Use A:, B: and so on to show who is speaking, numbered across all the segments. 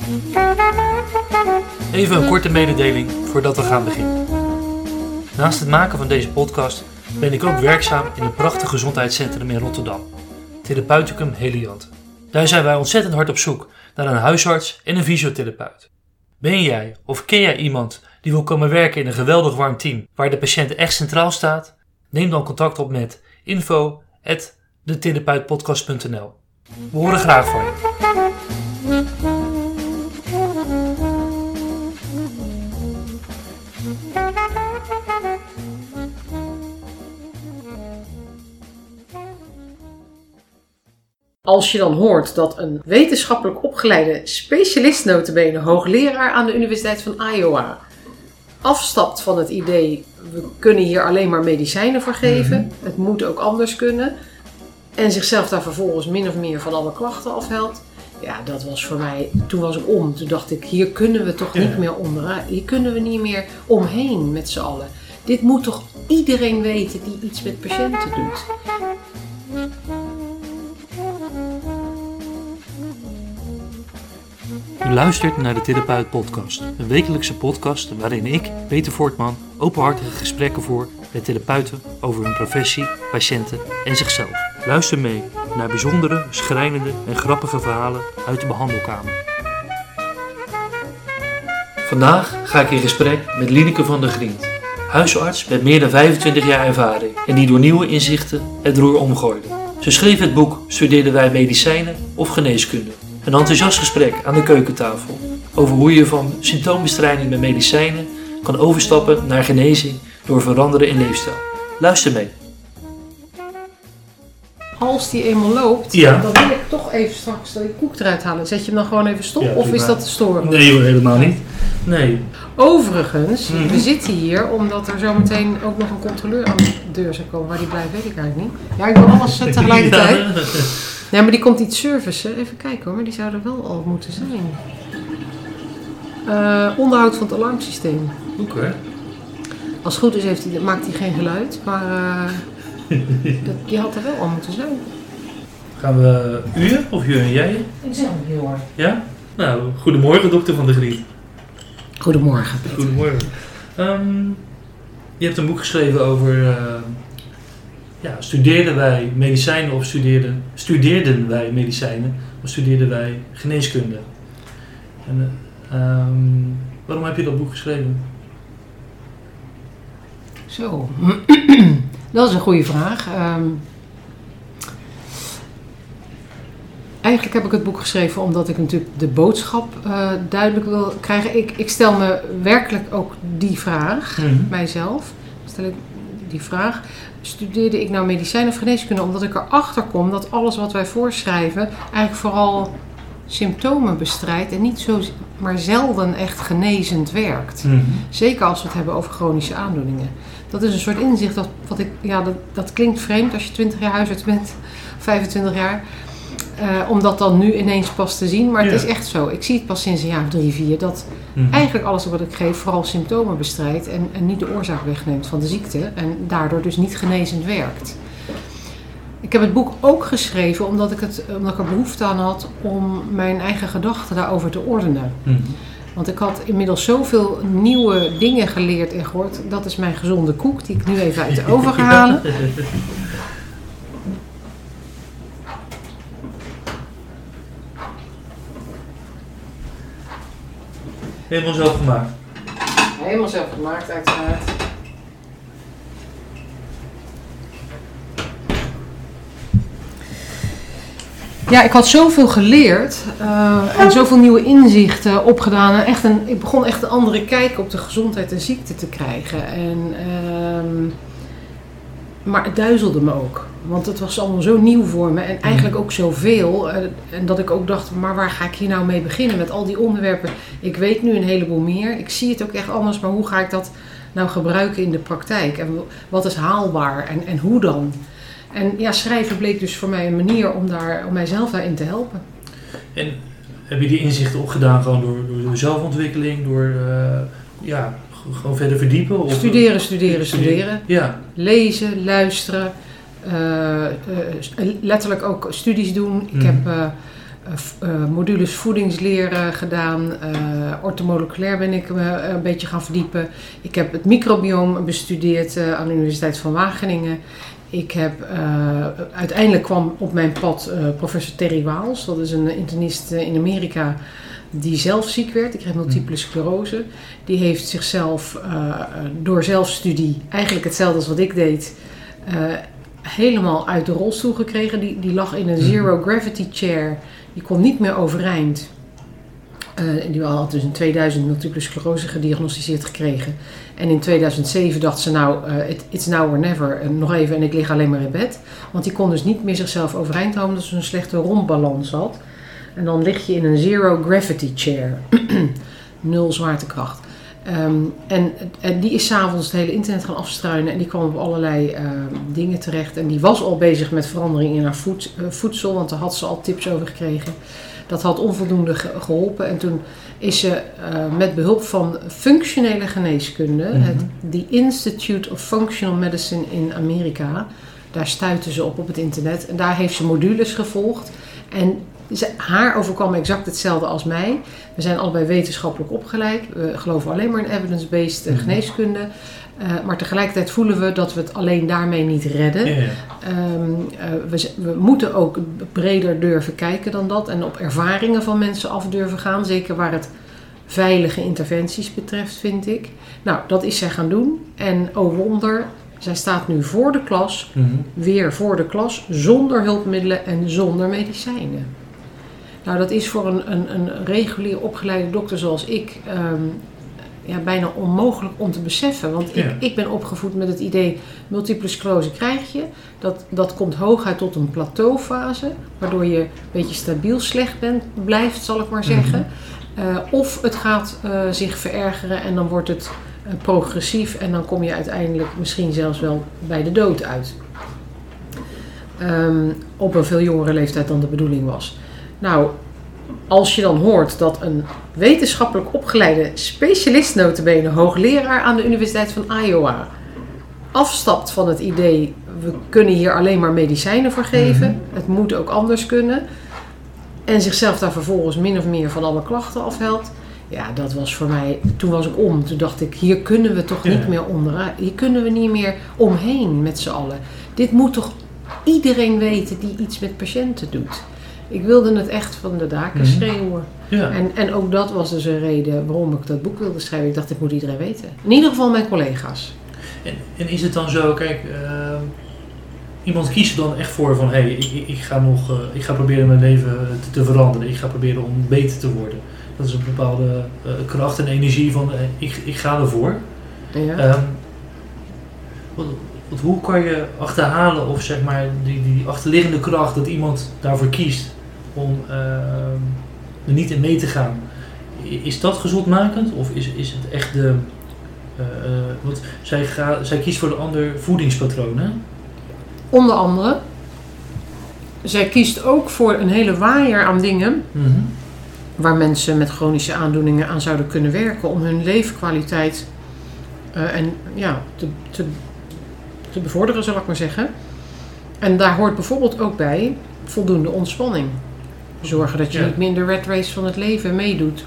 A: Even een korte mededeling voordat we gaan beginnen. Naast het maken van deze podcast ben ik ook werkzaam in een prachtig gezondheidscentrum in Rotterdam, Therapeuticum Heliant. Daar zijn wij ontzettend hard op zoek naar een huisarts en een fysiotherapeut. Ben jij of ken jij iemand die wil komen werken in een geweldig warm team waar de patiënt echt centraal staat? Neem dan contact op met info@detherapeutpodcast.nl. We horen graag van je.
B: Als je dan hoort dat een wetenschappelijk opgeleide specialist, nota bene hoogleraar aan de Universiteit van Iowa, afstapt van het idee, we kunnen hier alleen maar medicijnen voor geven, het moet ook anders kunnen, en zichzelf daar vervolgens min of meer van alle klachten afhelpt. Ja, dat was voor mij, toen was ik om. Toen dacht ik, hier kunnen we toch niet meer onderuit. Hier kunnen we niet meer omheen met z'n allen. Dit moet toch iedereen weten die iets met patiënten doet.
A: U luistert naar de Therapeut Podcast, een wekelijkse podcast waarin ik, Peter Voortman, openhartige gesprekken voer met therapeuten over hun professie, patiënten en zichzelf. Luister mee naar bijzondere, schrijnende en grappige verhalen uit de behandelkamer. Vandaag ga ik in gesprek met Lineke van der Griend, huisarts met meer dan 25 jaar ervaring en die door nieuwe inzichten het roer omgooide. Ze schreef het boek Studeerden wij medicijnen of geneeskunde? Een enthousiast gesprek aan de keukentafel over hoe je van symptoombestrijding met medicijnen kan overstappen naar genezing door veranderen in leefstijl. Luister mee.
B: Als die eenmaal loopt, dan wil ik toch even straks die koek eruit halen. Zet je hem dan gewoon even stop of is dat te storen?
A: Nee hoor, helemaal niet. Nee.
B: Overigens, we zitten hier omdat er zometeen ook nog een controleur aan de deur zou komen. Waar die blijft, weet ik eigenlijk niet. Ja, ik wil alles tegelijkertijd. Ja, maar die komt iets servicen. Even kijken hoor, maar die zou er wel al moeten zijn. Onderhoud van het alarmsysteem.
A: Oké.
B: Als het goed is maakt hij geen geluid, maar die had er wel al moeten zijn.
A: Gaan we u of je en jij?
B: Ik zeg hem heel hard.
A: Ja? Nou, goedemorgen dokter Van der Griend.
B: Goedemorgen Peter.
A: Goedemorgen. Je hebt een boek geschreven over... studeerden wij medicijnen of studeerden wij medicijnen of studeerden wij geneeskunde? En, waarom heb je dat boek geschreven?
B: Zo, dat is een goede vraag. Eigenlijk heb ik het boek geschreven omdat ik natuurlijk de boodschap duidelijk wil krijgen. Ik stel me werkelijk ook die vraag, mijzelf. Stel ik die vraag. Studeerde ik nou medicijn of geneeskunde? Omdat ik erachter kom dat alles wat wij voorschrijven eigenlijk vooral symptomen bestrijdt en niet zo, maar zelden echt genezend werkt. Zeker als we het hebben over chronische aandoeningen. Dat is een soort inzicht dat klinkt vreemd als je 20 jaar huisarts bent, 25 jaar. Om dat dan nu ineens pas te zien. Maar het is echt zo. Ik zie het pas sinds een jaar of 3, 4. Dat eigenlijk alles wat ik geef vooral symptomen bestrijdt. En niet de oorzaak wegneemt van de ziekte. En daardoor dus niet genezend werkt. Ik heb het boek ook geschreven omdat ik er behoefte aan had om mijn eigen gedachten daarover te ordenen. Want ik had inmiddels zoveel nieuwe dingen geleerd en gehoord. Dat is mijn gezonde koek die ik nu even uit de oven ga halen.
A: Helemaal zelf gemaakt?
B: Helemaal zelf gemaakt, uiteraard. Ja, ik had zoveel geleerd en zoveel nieuwe inzichten opgedaan. En ik begon echt een andere kijk op de gezondheid en ziekte te krijgen. Maar het duizelde me ook. Want het was allemaal zo nieuw voor me en eigenlijk ook zoveel. En dat ik ook dacht, maar waar ga ik hier nou mee beginnen met al die onderwerpen? Ik weet nu een heleboel meer. Ik zie het ook echt anders, maar hoe ga ik dat nou gebruiken in de praktijk? En wat is haalbaar en hoe dan? En ja, schrijven bleek dus voor mij een manier om mijzelf daarin te helpen.
A: En heb je die inzichten opgedaan gewoon door zelfontwikkeling, door gewoon verder verdiepen? Of
B: Studeren.
A: Ja.
B: Lezen, luisteren. Letterlijk ook studies doen. Ik heb modules voedingsleer gedaan. Orthomoleculair ben ik me een beetje gaan verdiepen. Ik heb het microbioom bestudeerd aan de Universiteit van Wageningen. Ik heb, uiteindelijk kwam op mijn pad professor Terry Waals. Dat is een internist in Amerika die zelf ziek werd. Ik kreeg multiple sclerose. Die heeft zichzelf door zelfstudie, eigenlijk hetzelfde als wat ik deed, helemaal uit de rolstoel gekregen. Die lag in een zero gravity chair. Die kon niet meer overeind. Die had dus in 2000 multiple sclerose gediagnosticeerd gekregen. En in 2007 dacht ze it's now or never. Nog even en ik lig alleen maar in bed. Want die kon dus niet meer zichzelf overeind houden omdat ze een slechte rompbalans had. En dan lig je in een zero gravity chair. 0 zwaartekracht. En die is 's avonds het hele internet gaan afstruinen. En die kwam op allerlei dingen terecht. En die was al bezig met verandering in haar voedsel. Want daar had ze al tips over gekregen. Dat had onvoldoende geholpen. En toen is ze met behulp van functionele geneeskunde, the Institute of Functional Medicine in Amerika, daar stuitte ze op het internet. En daar heeft ze modules gevolgd. En haar overkwam exact hetzelfde als mij. We zijn allebei wetenschappelijk opgeleid. We geloven alleen maar in evidence-based geneeskunde. Maar tegelijkertijd voelen we dat we het alleen daarmee niet redden.
A: Ja.
B: We moeten ook breder durven kijken dan dat. En op ervaringen van mensen af durven gaan. Zeker waar het veilige interventies betreft, vind ik. Nou, dat is zij gaan doen. En oh wonder, zij staat nu voor de klas. Weer voor de klas. Zonder hulpmiddelen en zonder medicijnen. Nou, dat is voor een regulier opgeleide dokter zoals ik bijna onmogelijk om te beseffen. Want ik ben opgevoed met het idee, multiple sclerose krijg je. Dat komt hooguit tot een plateaufase, waardoor je een beetje stabiel slecht blijft, zal ik maar zeggen. Of het gaat zich verergeren en dan wordt het progressief en dan kom je uiteindelijk misschien zelfs wel bij de dood uit. Op een veel jongere leeftijd dan de bedoeling was. Nou, als je dan hoort dat een wetenschappelijk opgeleide specialist, nota bene hoogleraar aan de Universiteit van Iowa, afstapt van het idee, we kunnen hier alleen maar medicijnen voor geven, het moet ook anders kunnen, en zichzelf daar vervolgens min of meer van alle klachten afhelpt, ja, dat was voor mij, toen was ik om. Toen dacht ik, hier kunnen we toch niet meer onderuit, hier kunnen we niet meer omheen met z'n allen. Dit moet toch iedereen weten die iets met patiënten doet. Ik wilde het echt van de daken schreeuwen. Ja. En ook dat was dus een reden waarom ik dat boek wilde schrijven. Ik dacht, dit moet iedereen weten. In ieder geval mijn collega's.
A: En is het dan zo, kijk, iemand kiest er dan echt voor van, ik ga proberen mijn leven te veranderen. Ik ga proberen om beter te worden. Dat is een bepaalde kracht en energie van, ik ga ervoor. Ja. Hoe kan je achterhalen of zeg maar die achterliggende kracht dat iemand daarvoor kiest om er niet in mee te gaan? Is dat gezondmakend of is het echt de... want zij kiest voor een ander voedingspatroon, hè?
B: Onder andere. Zij kiest ook voor een hele waaier aan dingen waar mensen met chronische aandoeningen aan zouden kunnen werken om hun leefkwaliteit te bevorderen, zal ik maar zeggen. En daar hoort bijvoorbeeld ook bij voldoende ontspanning. Zorgen dat je niet meer in de rat race van het leven meedoet.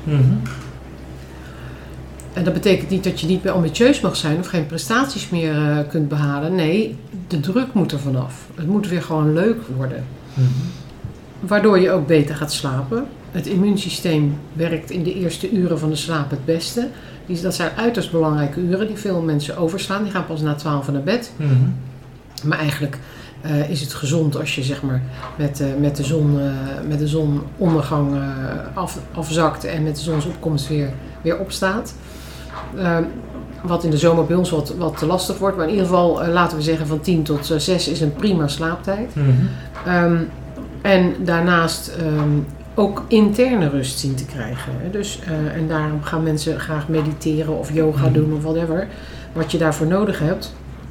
B: En dat betekent niet dat je niet meer ambitieus mag zijn of geen prestaties meer kunt behalen. Nee, de druk moet er vanaf. Het moet weer gewoon leuk worden. Waardoor je ook beter gaat slapen. Het immuunsysteem werkt in de eerste uren van de slaap het beste. Dat zijn uiterst belangrijke uren die veel mensen overslaan. Die gaan pas na 12 naar bed. Maar eigenlijk is het gezond als je zeg maar met de zonondergang afzakt en met de zonsopkomst weer opstaat. Wat in de zomer bij ons wat te lastig wordt. Maar in ieder geval laten we zeggen van 10 tot 6 is een prima slaaptijd. En daarnaast ook interne rust zien te krijgen. Dus, en daarom gaan mensen graag mediteren of yoga doen of whatever. Wat je daarvoor nodig hebt.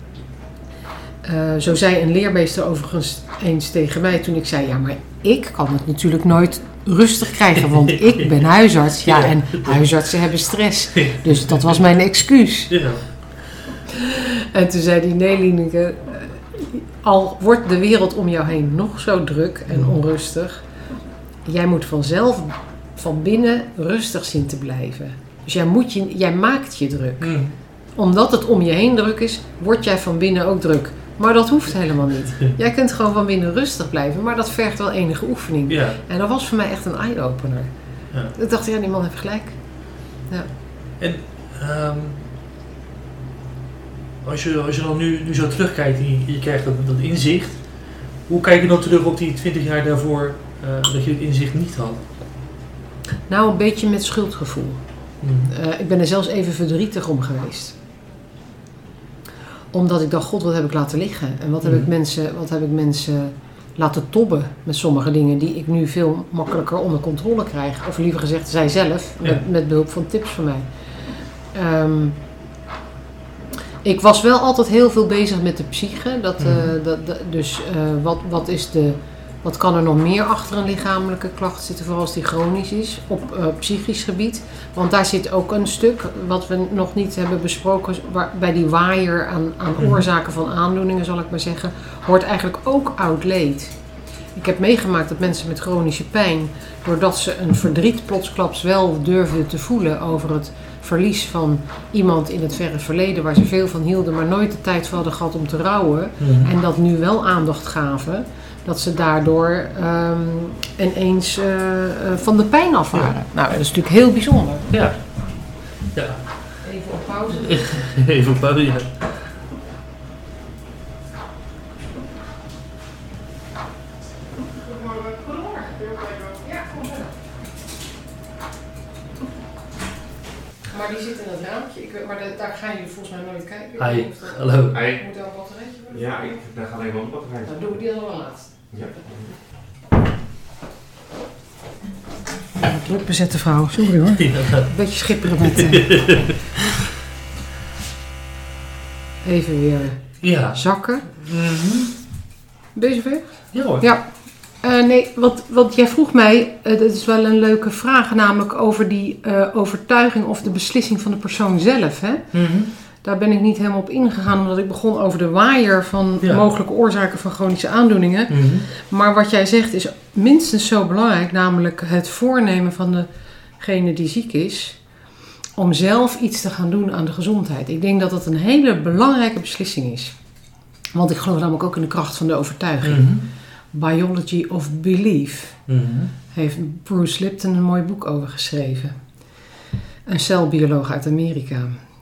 B: Zo zei een leermeester overigens eens tegen mij toen ik zei, ja, maar ik kan het natuurlijk nooit rustig krijgen, want ik ben huisarts. Ja, en huisartsen hebben stress. Dus dat was mijn excuus. Ja. En toen zei hij, nee Lieneke, al wordt de wereld om jou heen nog zo druk en onrustig, jij moet vanzelf van binnen rustig zien te blijven. Dus jij maakt je druk. Omdat het om je heen druk is, word jij van binnen ook druk. Maar dat hoeft helemaal niet. Jij kunt gewoon van binnen rustig blijven, maar dat vergt wel enige oefening.
A: Ja.
B: En dat was voor mij echt een eye-opener.
A: Ja.
B: Ik dacht, die man heeft gelijk. Ja.
A: En als je dan nu zo terugkijkt en je krijgt dat inzicht, hoe kijk je dan terug op die 20 jaar daarvoor dat je het inzicht niet had?
B: Nou, een beetje met schuldgevoel. Ik ben er zelfs even verdrietig om geweest. Omdat ik dacht, God, wat heb ik laten liggen? En wat heb ik mensen laten tobben met sommige dingen die ik nu veel makkelijker onder controle krijg. Of liever gezegd, zij zelf, met behulp van tips van mij. Ik was wel altijd heel veel bezig met de psyche. Wat kan er nog meer achter een lichamelijke klacht zitten, vooral als die chronisch is, op psychisch gebied. Want daar zit ook een stuk, wat we nog niet hebben besproken, bij die waaier aan oorzaken van aandoeningen, zal ik maar zeggen, hoort eigenlijk ook oud leed. Ik heb meegemaakt dat mensen met chronische pijn, doordat ze een verdriet plotsklaps wel durfden te voelen over het verlies van iemand in het verre verleden waar ze veel van hielden, maar nooit de tijd voor hadden gehad om te rouwen, en dat nu wel aandacht gaven, dat ze daardoor ineens van de pijn af waren. Ja. Nou, dat is natuurlijk heel bijzonder.
A: Ja.
B: Even op pauze.
A: Even op pauze, ja.
B: Maar die zit in dat raampje. Maar daar gaan jullie volgens mij nooit kijken.
A: Hi, hallo.
B: Moet er een batterijtje worden?
C: Ja, daar gaat even een batterij.
B: Dan doen we die dan wel laatst.
C: Ja.
B: Druk bezette vrouw, sorry hoor. Een beetje schipperen met... Even weer zakken. Ben je zover?
A: Ja hoor.
B: Ja. Nee, wat jij vroeg mij, dat is wel een leuke vraag, namelijk over die overtuiging of de beslissing van de persoon zelf. Hè? Daar ben ik niet helemaal op ingegaan, omdat ik begon over de waaier van mogelijke oorzaken van chronische aandoeningen. Maar wat jij zegt is minstens zo belangrijk, namelijk het voornemen van degene die ziek is, om zelf iets te gaan doen aan de gezondheid. Ik denk dat dat een hele belangrijke beslissing is. Want ik geloof namelijk ook in de kracht van de overtuiging. Biology of Belief. Heeft Bruce Lipton een mooi boek over geschreven. Een celbioloog uit Amerika.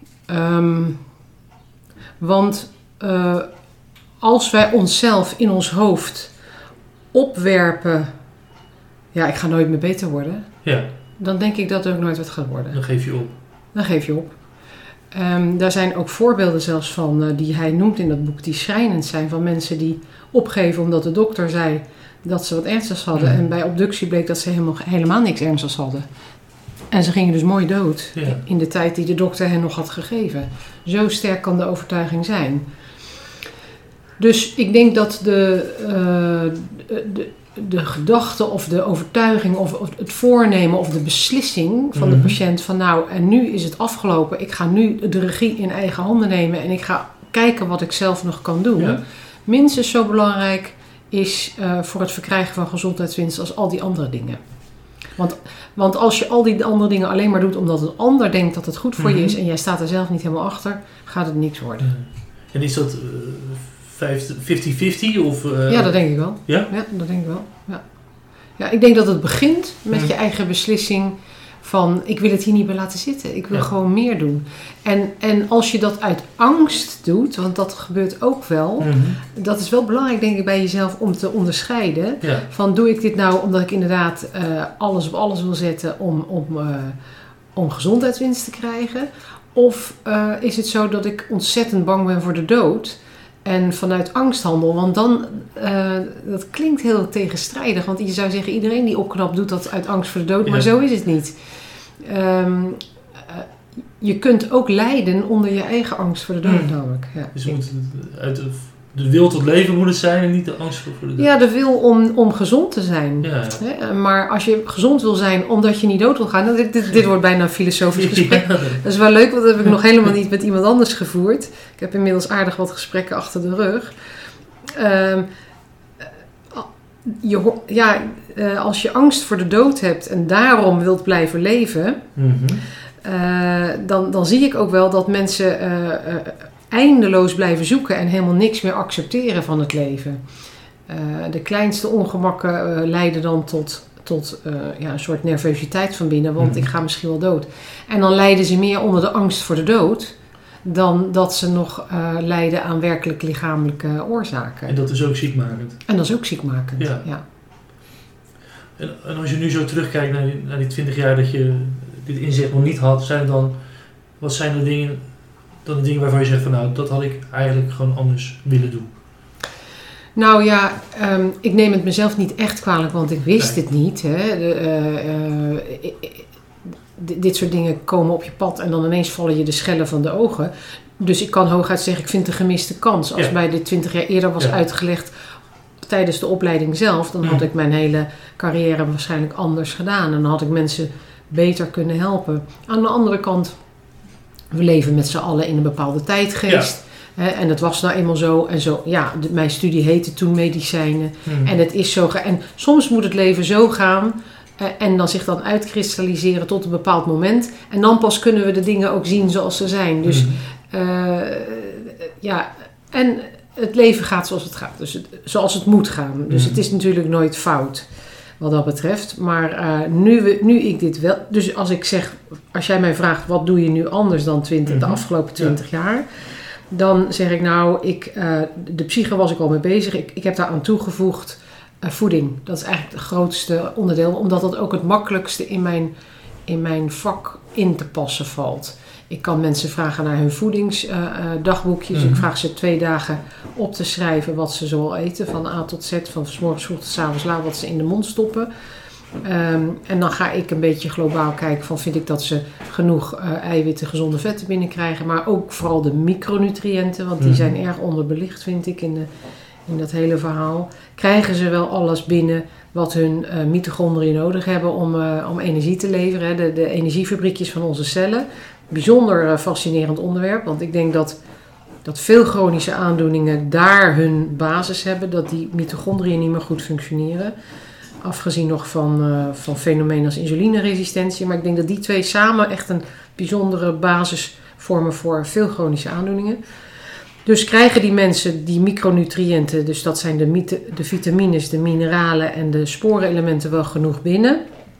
B: Want als wij onszelf in ons hoofd opwerpen, ja, ik ga nooit meer beter worden, dan denk ik dat er ook nooit wat gaat worden.
A: Dan geef je op.
B: Dan geef je op. Daar zijn ook voorbeelden zelfs van, die hij noemt in dat boek, die schrijnend zijn, van mensen die opgeven omdat de dokter zei dat ze wat ernstigs hadden. En bij obductie bleek dat ze helemaal niks ernstigs hadden. En ze gingen dus mooi dood in de tijd die de dokter hen nog had gegeven. Zo sterk kan de overtuiging zijn. Dus ik denk dat de gedachte of de overtuiging of het voornemen of de beslissing van de patiënt van nou, en nu is het afgelopen. Ik ga nu de regie in eigen handen nemen en ik ga kijken wat ik zelf nog kan doen. Ja. Minstens zo belangrijk is voor het verkrijgen van gezondheidswinst als al die andere dingen. Want als je al die andere dingen alleen maar doet omdat een ander denkt dat het goed voor je is en jij staat er zelf niet helemaal achter, gaat het niks worden.
A: En is dat 50-50? Of,
B: Ja, dat denk ik wel.
A: Ja?
B: Ja, dat denk ik wel. Ja, ik denk dat het begint met je eigen beslissing van ik wil het hier niet bij laten zitten. Ik wil gewoon meer doen. En als je dat uit angst doet, want dat gebeurt ook wel. Dat is wel belangrijk denk ik bij jezelf om te onderscheiden. Ja. Van doe ik dit nou omdat ik inderdaad alles op alles wil zetten om gezondheidswinst te krijgen? Of is het zo dat ik ontzettend bang ben voor de dood en vanuit angst handel? Want dan, dat klinkt heel tegenstrijdig. Want je zou zeggen, iedereen die opknapt doet dat uit angst voor de dood. Maar zo is het niet. Je kunt ook lijden onder je eigen angst voor de dood namelijk. Ja.
A: Dus je moet uit de wil tot leven moet het zijn en niet de angst voor de dood.
B: Ja, de wil om gezond te zijn. Ja. Maar als je gezond wil zijn omdat je niet dood wil gaan. Dit wordt bijna een filosofisch gesprek. Ja. Dat is wel leuk, want dat heb ik nog helemaal niet met iemand anders gevoerd. Ik heb inmiddels aardig wat gesprekken achter de rug. als je angst voor de dood hebt en daarom wilt blijven leven, dan zie ik ook wel dat mensen eindeloos blijven zoeken en helemaal niks meer accepteren van het leven. De kleinste ongemakken leiden dan tot een soort nervositeit van binnen, want ik ga misschien wel dood. En dan lijden ze meer onder de angst voor de dood dan dat ze nog lijden aan werkelijk lichamelijke oorzaken.
A: En dat is ook ziekmakend.
B: Ja.
A: En als je nu zo terugkijkt naar die 20 jaar dat je dit inzicht nog niet had, wat zijn de dingen waarvan je zegt van nou, dat had ik eigenlijk gewoon anders willen doen?
B: Nou ja, ik neem het mezelf niet echt kwalijk, want ik wist het niet. Hè. Dit soort dingen komen op je pad en dan ineens vallen je de schellen van de ogen. Dus ik kan hooguit zeggen, ik vind het een gemiste kans. Als mij dit 20 jaar eerder was uitgelegd tijdens de opleiding zelf, dan had ik mijn hele carrière waarschijnlijk anders gedaan. En dan had ik mensen beter kunnen helpen. Aan de andere kant, we leven met z'n allen in een bepaalde tijdgeest. Ja. En het was nou eenmaal zo en zo. Ja, mijn studie heette toen medicijnen. En het is zo. En soms moet het leven zo gaan en dan zich dan uitkristalliseren tot een bepaald moment. En dan pas kunnen we de dingen ook zien zoals ze zijn. Dus en het leven gaat zoals het gaat. Dus zoals het moet gaan. Dus het is natuurlijk nooit fout wat dat betreft. Maar nu ik dit wel... Dus als jij mij vraagt, wat doe je nu anders dan de afgelopen 20 jaar? Dan zeg ik nou, de psyche was ik al mee bezig. Ik heb daar aan toegevoegd voeding. Dat is eigenlijk het grootste onderdeel. Omdat dat ook het makkelijkste in mijn vak in te passen valt. Ik kan mensen vragen naar hun voedingsdagboekjes. Ik vraag ze 2 dagen op te schrijven wat ze zoal eten. Van A tot Z, van 's morgens vroeg tot 's avonds laat, wat ze in de mond stoppen. En dan ga ik een beetje globaal kijken van vind ik dat ze genoeg eiwitten, gezonde vetten binnenkrijgen. Maar ook vooral de micronutriënten, want die zijn erg onderbelicht vind ik in dat hele verhaal. Krijgen ze wel alles binnen wat hun mitochondriën nodig hebben om energie te leveren. Hè? De energiefabriekjes van onze cellen. Bijzonder fascinerend onderwerp, want ik denk dat veel chronische aandoeningen daar hun basis hebben. Dat die mitochondriën niet meer goed functioneren. Afgezien nog van fenomenen als insulineresistentie. Maar ik denk dat die 2 samen echt een bijzondere basis vormen voor veel chronische aandoeningen. Dus krijgen die mensen die micronutriënten, dus dat zijn de vitamines, de mineralen en de sporenelementen wel genoeg binnen.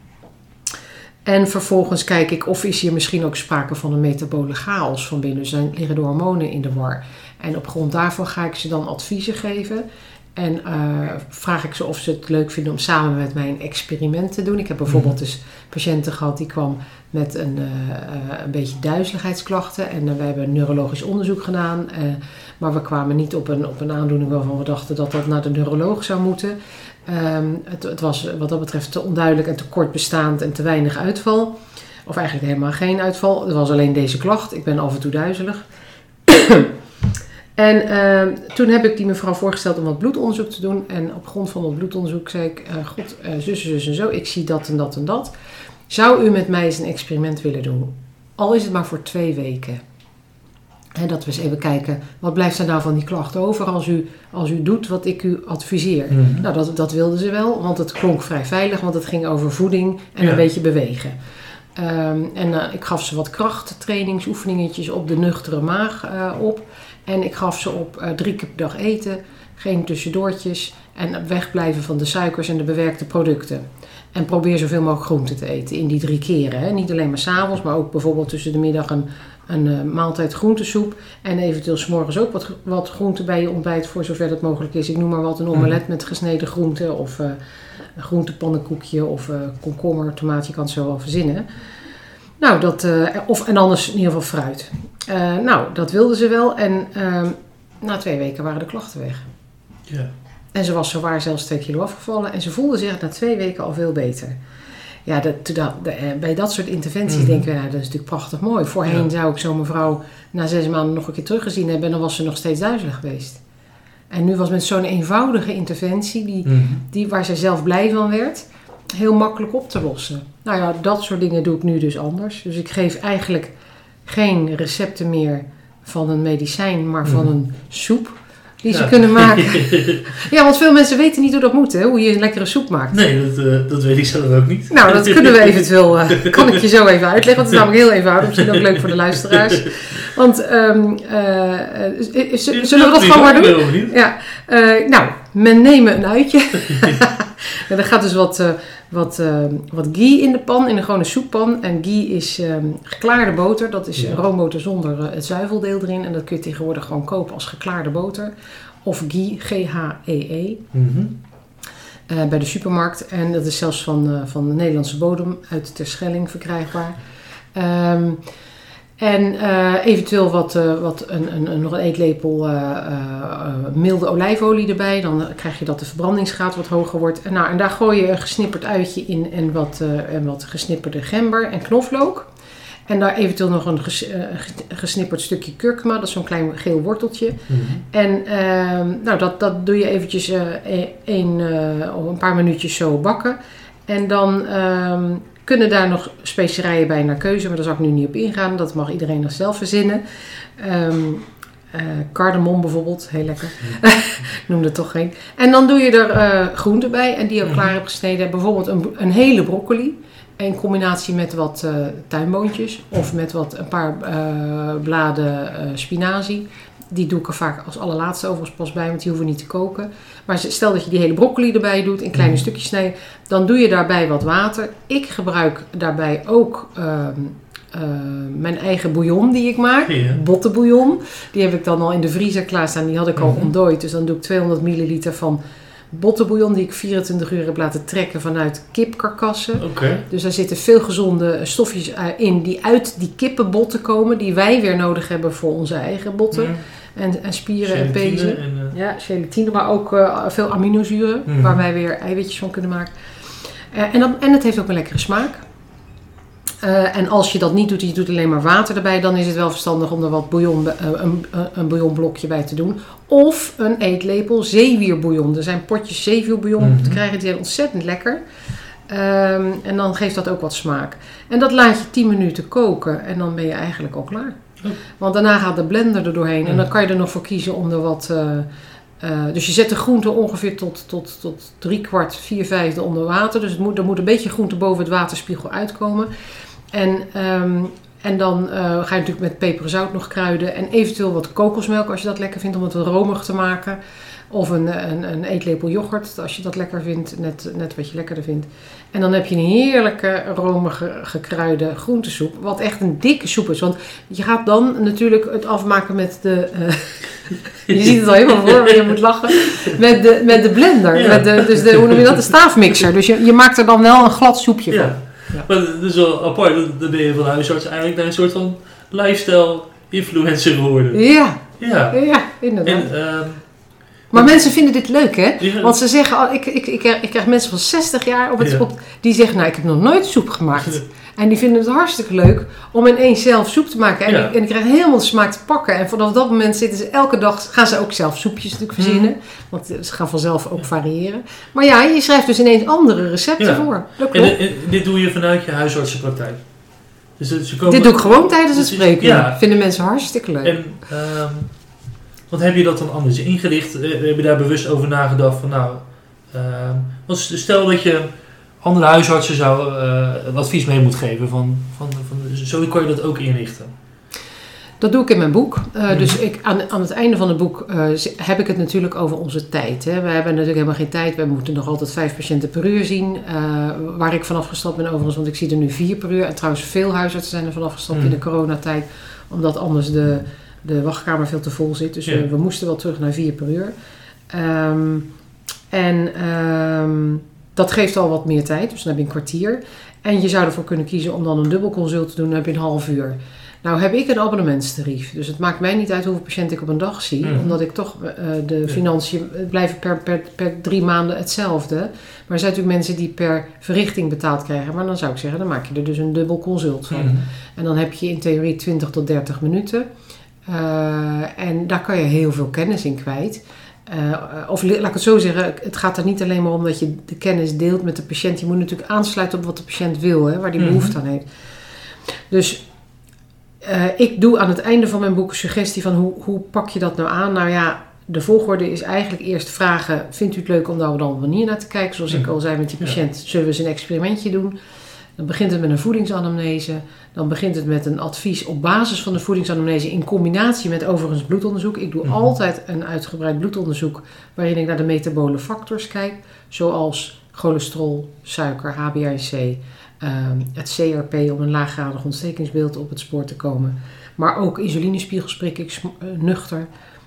B: En vervolgens kijk ik of is hier misschien ook sprake van een metabole chaos van binnen. Dus dan liggen de hormonen in de war. En op grond daarvan ga ik ze dan adviezen geven. En vraag ik ze of ze het leuk vinden om samen met mij een experiment te doen. Ik heb bijvoorbeeld dus patiënten gehad die kwam met een beetje duizeligheidsklachten. En we hebben een neurologisch onderzoek gedaan. Maar we kwamen niet op een aandoening waarvan we dachten dat dat naar de neuroloog zou moeten. Het was wat dat betreft te onduidelijk en te kort bestaand en te weinig uitval. Of eigenlijk helemaal geen uitval. Het was alleen deze klacht. Ik ben af en toe duizelig. En toen heb ik die mevrouw voorgesteld om wat bloedonderzoek te doen. En op grond van dat bloedonderzoek zei ik, zus en zo, ik zie dat en dat en dat. Zou u met mij eens een experiment willen doen? Al is het maar voor 2 weken. En dat we eens even kijken, wat blijft er nou van die klacht over als u doet wat ik u adviseer? Nou, dat wilden ze wel, want het klonk vrij veilig, want het ging over voeding en een beetje bewegen. Ik gaf ze wat krachttrainingsoefeningetjes op de nuchtere maag op. En ik gaf ze op 3 keer per dag eten, geen tussendoortjes en wegblijven van de suikers en de bewerkte producten. En probeer zoveel mogelijk groente te eten in die 3 keren. Hè. Niet alleen maar 's avonds, maar ook bijvoorbeeld tussen de middag een maaltijd groentesoep. En eventueel 's morgens ook wat groente bij je ontbijt voor zover dat mogelijk is. Ik noem maar wat, een omelet met gesneden groenten of een groentepannenkoekje of komkommer, tomaat, je kan het zo wel verzinnen. Nou, en anders in ieder geval fruit. Dat wilden ze wel. En na 2 weken waren de klachten weg.
A: Ja.
B: En ze was zowaar zelfs 2 kilo afgevallen. En ze voelde zich na 2 weken al veel beter. Ja, bij dat soort interventies denken we, nou, dat is natuurlijk prachtig mooi. Voorheen zou ik zo'n mevrouw na 6 maanden nog een keer teruggezien hebben. En dan was ze nog steeds duizelig geweest. En nu was met zo'n eenvoudige interventie, waar zij zelf blij van werd, heel makkelijk op te lossen. Nou ja, dat soort dingen doe ik nu dus anders. Dus ik geef eigenlijk geen recepten meer van een medicijn, maar van een soep. die ze kunnen maken. Ja, want veel mensen weten niet hoe dat moet, hè? Hoe je een lekkere soep maakt.
A: Nee, dat weet ik zelf ook niet.
B: Nou, dat kunnen we eventueel, kan ik je zo even uitleggen. Want het is namelijk heel eenvoudig, misschien ook leuk voor de luisteraars. Want, zullen we dat gewoon maar doen? Ja, nou, men neemt een uitje. En er gaat dus wat ghee in de pan, in een gewone soeppan. En ghee is geklaarde boter. Dat is roomboter zonder het zuiveldeel erin. En dat kun je tegenwoordig gewoon kopen als geklaarde boter. Of ghee, G-H-E-E.
A: Mm-hmm.
B: Bij de supermarkt. En dat is zelfs van de Nederlandse bodem uit Terschelling verkrijgbaar. En eventueel nog een eetlepel milde olijfolie erbij. Dan krijg je dat de verbrandingsgraad wat hoger wordt. En daar gooi je een gesnipperd uitje in en wat gesnipperde gember en knoflook. En daar eventueel nog een gesnipperd stukje kurkuma. Dat is zo'n klein geel worteltje. Mm-hmm. En dat doe je eventjes een paar minuutjes zo bakken. En dan kunnen daar nog specerijen bij naar keuze. Maar daar zal ik nu niet op ingaan. Dat mag iedereen nog zelf verzinnen. Cardamom bijvoorbeeld. Heel lekker. Ik noem er toch geen. En dan doe je er groenten bij. En die je al klaar hebt gesneden. Bijvoorbeeld een hele broccoli. In combinatie met wat tuinboontjes. Of met een paar bladen spinazie. Die doe ik er vaak als allerlaatste overigens pas bij. Want die hoeven niet te koken. Maar stel dat je die hele broccoli erbij doet. In kleine stukjes snijden. Dan doe je daarbij wat water. Ik gebruik daarbij ook mijn eigen bouillon die ik maak. Ja. Bottenbouillon. Die heb ik dan al in de vriezer klaarstaan. Die had ik al ontdooid. Dus dan doe ik 200 milliliter van bottenbouillon die ik 24 uur heb laten trekken vanuit kipkarkassen. Okay. Dus daar zitten veel gezonde stofjes in die uit die kippenbotten komen. Die wij weer nodig hebben voor onze eigen botten. En spieren en pezen. Ja, gelatine, maar ook veel aminozuren. Waar wij weer eiwitjes van kunnen maken. En het heeft ook een lekkere smaak. En als je dat niet doet, je doet alleen maar water erbij, dan is het wel verstandig om er wat bouillon, een bouillonblokje bij te doen. Of een eetlepel zeewierbouillon. Er zijn potjes zeewierbouillon te krijgen, die zijn ontzettend lekker. En dan geeft dat ook wat smaak. En dat laat je 10 minuten koken en dan ben je eigenlijk al klaar. Want daarna gaat de blender er doorheen en dan kan je er nog voor kiezen om er wat... dus je zet de groente ongeveer tot 3/4, 4/5 onder water. Dus er moet een beetje groente boven het waterspiegel uitkomen. En dan ga je natuurlijk met peper en zout nog kruiden. En eventueel wat kokosmelk als je dat lekker vindt om het wat romig te maken. Of een eetlepel yoghurt als je dat lekker vindt. Net wat je lekkerder vindt. En dan heb je een heerlijke romige gekruide groentesoep. Wat echt een dikke soep is. Want je gaat dan natuurlijk het afmaken met de... je ziet het al helemaal voor, maar je moet lachen. Met de blender. Ja. Hoe noem je dat? De staafmixer. Dus je maakt er dan wel een glad soepje van.
A: Ja. Maar dat is wel apart. Dan ben je van huisarts eigenlijk naar een soort van lifestyle influencer geworden.
B: Ja, inderdaad. Maar mensen vinden dit leuk, hè? Ja. Want ze zeggen, ik krijg mensen van 60 jaar die zeggen, nou, ik heb nog nooit soep gemaakt. Ja. En die vinden het hartstikke leuk om ineens zelf soep te maken. En die krijgen helemaal de smaak te pakken. En vanaf dat moment zitten ze elke dag, gaan ze ook zelf soepjes natuurlijk verzinnen. Want ze gaan vanzelf ook variëren. Maar ja, je schrijft dus ineens andere recepten voor.
A: En dit doe je vanuit je huisartsenpraktijk? Dus
B: dit doe ik gewoon tijdens het spreken. Ja. Vinden mensen hartstikke leuk.
A: En wat heb je dat dan anders ingericht? Heb je daar bewust over nagedacht van want stel dat je andere huisartsen zou advies mee moet geven van zo kan je dat ook inrichten.
B: Dat doe ik in mijn boek. Dus aan het einde van het boek heb ik het natuurlijk over onze tijd. Hè. We hebben natuurlijk helemaal geen tijd. We moeten nog altijd 5 patiënten per uur zien. Waar ik vanaf gestapt ben overigens, want ik zie er nu 4 per uur. En trouwens veel huisartsen zijn er vanaf gestapt in de coronatijd. Omdat anders de wachtkamer veel te vol zit. Dus we moesten wel terug naar 4 per uur. Dat geeft al wat meer tijd. Dus dan heb je een kwartier. En je zou ervoor kunnen kiezen om dan een dubbelconsult te doen. Dan heb je een half uur. Nou heb ik een abonnementstarief. Dus het maakt mij niet uit hoeveel patiënten ik op een dag zie. Omdat ik toch de financiën blijven per 3 maanden hetzelfde. Maar er zijn natuurlijk mensen die per verrichting betaald krijgen. Maar dan zou ik zeggen, dan maak je er dus een dubbel consult van. En dan heb je in theorie 20 tot 30 minuten. En daar kan je heel veel kennis in kwijt. Of laat ik het zo zeggen, het gaat er niet alleen maar om dat je de kennis deelt met de patiënt. Je moet natuurlijk aansluiten op wat de patiënt wil, hè, waar die behoefte aan heeft. Dus ik doe aan het einde van mijn boek een suggestie van hoe pak je dat nou aan? Nou ja, de volgorde is eigenlijk eerst vragen, vindt u het leuk om daar op een andere manier naar te kijken? Zoals ik al zei met die patiënt, zullen we eens een experimentje doen? Dan begint het met een voedingsanamnese. Dan begint het met een advies op basis van de voedingsanamnese in combinatie met overigens bloedonderzoek. Ik doe altijd een uitgebreid bloedonderzoek waarin ik naar de metabole factors kijk. Zoals cholesterol, suiker, HbA1c, het CRP om een laaggradig ontstekingsbeeld op het spoor te komen. Maar ook insulinespiegels prik ik nuchter.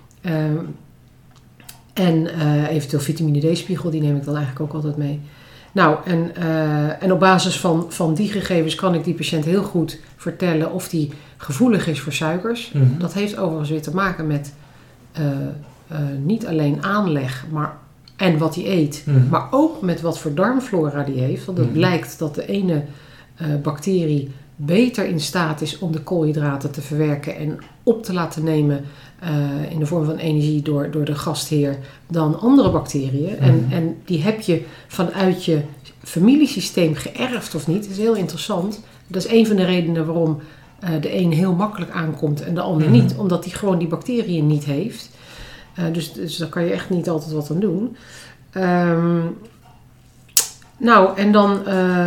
B: En eventueel vitamine D-spiegel, die neem ik dan eigenlijk ook altijd mee. Nou, en op basis van die gegevens kan ik die patiënt heel goed vertellen of die gevoelig is voor suikers. Mm-hmm. Dat heeft overigens weer te maken met niet alleen aanleg en wat hij eet, maar ook met wat voor darmflora die heeft. Want het blijkt dat de ene bacterie beter in staat is om de koolhydraten te verwerken en op te laten nemen in de vorm van energie door de gastheer dan andere bacteriën. En die heb je vanuit je familiesysteem geërfd of niet. Dat is heel interessant. Dat is een van de redenen waarom de een heel makkelijk aankomt en de ander niet. Omdat die gewoon die bacteriën niet heeft. Dus daar kan je echt niet altijd wat aan doen. Nou, en dan...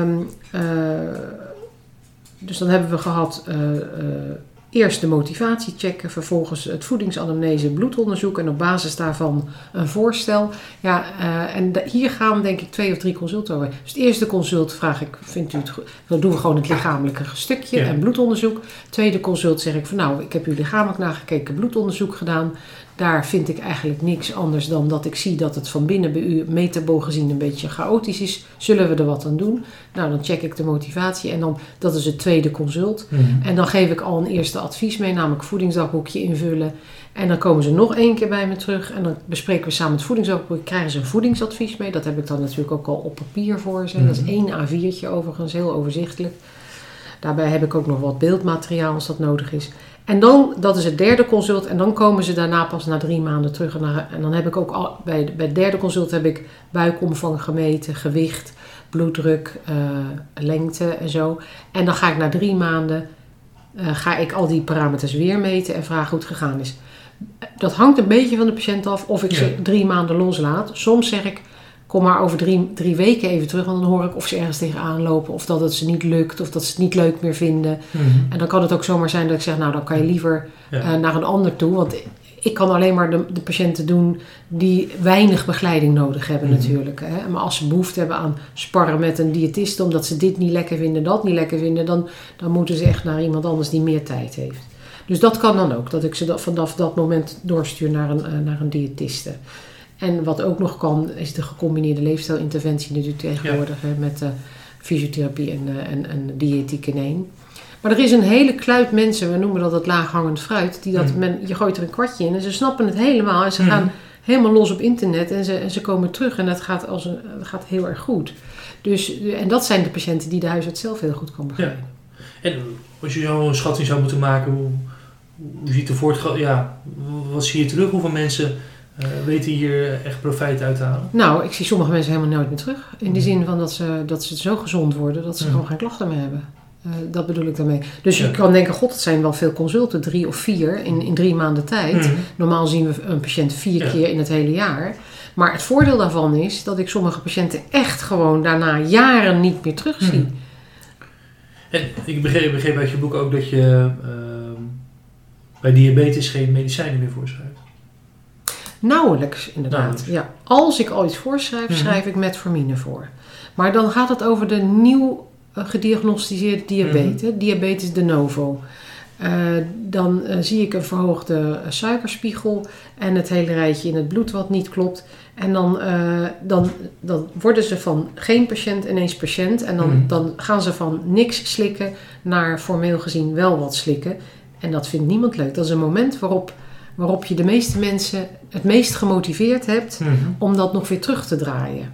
B: Dus dan hebben we gehad eerst de motivatie checken, vervolgens het voedingsanamnese, bloedonderzoek en op basis daarvan een voorstel. Ja, en hier gaan denk ik 2 of 3 consulten over. Dus het eerste consult vraag ik, vindt u het goed? Dan doen we gewoon het lichamelijke stukje en bloedonderzoek. Tweede consult zeg ik van nou, ik heb u lichamelijk nagekeken, bloedonderzoek gedaan. Daar vind ik eigenlijk niks anders dan dat ik zie dat het van binnen bij u metabool gezien een beetje chaotisch is. Zullen we er wat aan doen? Nou, dan check ik de motivatie en dan, dat is het tweede consult. En dan geef ik al een eerste advies mee, namelijk voedingsdagboekje invullen. En dan komen ze nog 1 keer bij me terug en dan bespreken we samen het voedingsdagboek. Krijgen ze een voedingsadvies mee. Dat heb ik dan natuurlijk ook al op papier voor ze. Dat is 1 A4'tje overigens, heel overzichtelijk. Daarbij heb ik ook nog wat beeldmateriaal als dat nodig is. En dan, dat is het derde consult. En dan komen ze daarna pas na 3 maanden terug. En dan heb ik ook al, bij het derde consult heb ik buikomvang gemeten, gewicht, bloeddruk, lengte en zo. En dan ga ik na 3 maanden, ga ik al die parameters weer meten en vragen hoe het gegaan is. Dat hangt een beetje van de patiënt af of ik ze 3 maanden loslaat. Soms zeg ik, kom maar over 3 weken even terug. Want dan hoor ik of ze ergens tegenaan lopen. Of dat het ze niet lukt. Of dat ze het niet leuk meer vinden. En dan kan het ook zomaar zijn dat ik zeg, nou dan kan je liever naar een ander toe. Want ik kan alleen maar de patiënten doen die weinig begeleiding nodig hebben natuurlijk. Hè. Maar als ze behoefte hebben aan sparren met een diëtist. Omdat ze dit niet lekker vinden, dat niet lekker vinden. Dan moeten ze echt naar iemand anders die meer tijd heeft. Dus dat kan dan ook. Dat ik ze vanaf dat moment doorstuur naar een diëtiste. En wat ook nog kan, is de gecombineerde leefstijlinterventie natuurlijk tegenwoordig. Met fysiotherapie en diëtiek in 1. Maar er is een hele kluit mensen, we noemen dat het laaghangend fruit. Je gooit er een kwartje in en ze snappen het helemaal. En ze gaan helemaal los op internet en ze komen terug. En dat gaat heel erg goed. En dat zijn de patiënten die de huisarts zelf heel goed kan begrijpen.
A: Ja. En als je zo'n schatting zou moeten maken, hoe ziet de voortgang? Ja, wat zie je terug? Hoeveel mensen weten hier echt profijt uit te halen? Nou, ik zie sommige mensen helemaal nooit meer terug. In de zin van dat ze zo gezond worden dat ze gewoon geen klachten meer hebben. Dat bedoel ik daarmee. Dus je kan denken, god, het zijn wel veel consulten, 3 of 4 in 3 maanden tijd. Normaal zien we een patiënt 4 keer in het hele jaar. Maar het voordeel daarvan is dat ik sommige patiënten echt gewoon daarna jaren niet meer terugzie. En ik begreep uit je boek ook dat je bij diabetes geen medicijnen meer voorschrijft.
B: Nauwelijks, inderdaad. Ja. Als ik al iets voorschrijf, schrijf ik metformine voor. Maar dan gaat het over de nieuw gediagnosticeerde diabetes, diabetes de novo. Dan zie ik een verhoogde suikerspiegel en het hele rijtje in het bloed wat niet klopt. En dan worden ze van geen patiënt ineens patiënt. En dan gaan ze van niks slikken naar formeel gezien wel wat slikken. En dat vindt niemand leuk. Dat is een moment waarop je de meeste mensen het meest gemotiveerd hebt om dat nog weer terug te draaien.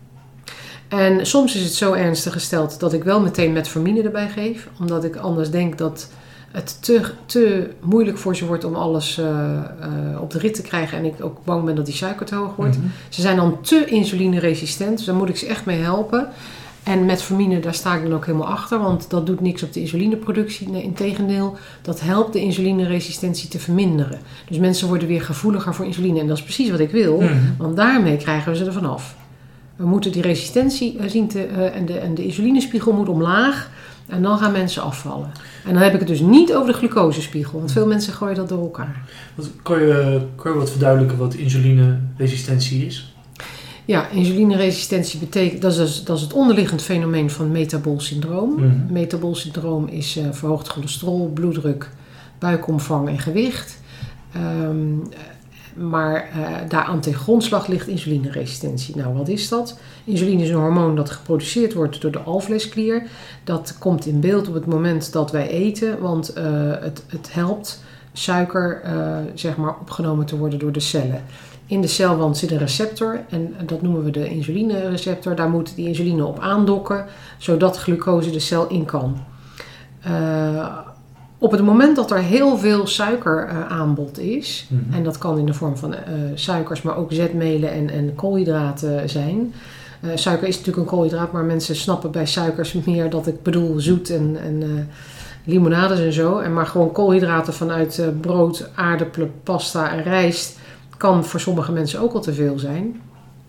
B: En soms is het zo ernstig gesteld dat ik wel meteen metformine erbij geef. Omdat ik anders denk dat het te moeilijk voor ze wordt om alles op de rit te krijgen. En ik ook bang ben dat die suiker te hoog wordt. Ze zijn dan te insulineresistent, dus daar moet ik ze echt mee helpen. En metformine, daar sta ik dan ook helemaal achter, want dat doet niks op de insulineproductie. Nee, integendeel, dat helpt de insulineresistentie te verminderen. Dus mensen worden weer gevoeliger voor insuline. En dat is precies wat ik wil, want daarmee krijgen we ze er vanaf. We moeten die resistentie zien en de insulinespiegel moet omlaag en dan gaan mensen afvallen. En dan heb ik het dus niet over de glucosespiegel, want veel mensen gooien dat door elkaar.
A: Kan je wat verduidelijken wat insulineresistentie is?
B: Ja, insulineresistentie betekent, dat is het onderliggend fenomeen van metabool syndroom. Metabool syndroom is verhoogd cholesterol, bloeddruk, buikomvang en gewicht. Maar daaraan ten grondslag ligt insulineresistentie. Nou, wat is dat? Insuline is een hormoon dat geproduceerd wordt door de alvleesklier. Dat komt in beeld op het moment dat wij eten, want het helpt suiker opgenomen te worden door de cellen. In de celwand zit een receptor en dat noemen we de insulinereceptor. Daar moet die insuline op aandokken, zodat glucose de cel in kan. Op het moment dat er heel veel suikeraanbod is, en dat kan in de vorm van suikers, maar ook zetmelen en koolhydraten zijn. Suiker is natuurlijk een koolhydraat, maar mensen snappen bij suikers meer dat ik bedoel zoet en limonades en zo. Maar gewoon koolhydraten vanuit brood, aardappelen, pasta en rijst kan voor sommige mensen ook al te veel zijn.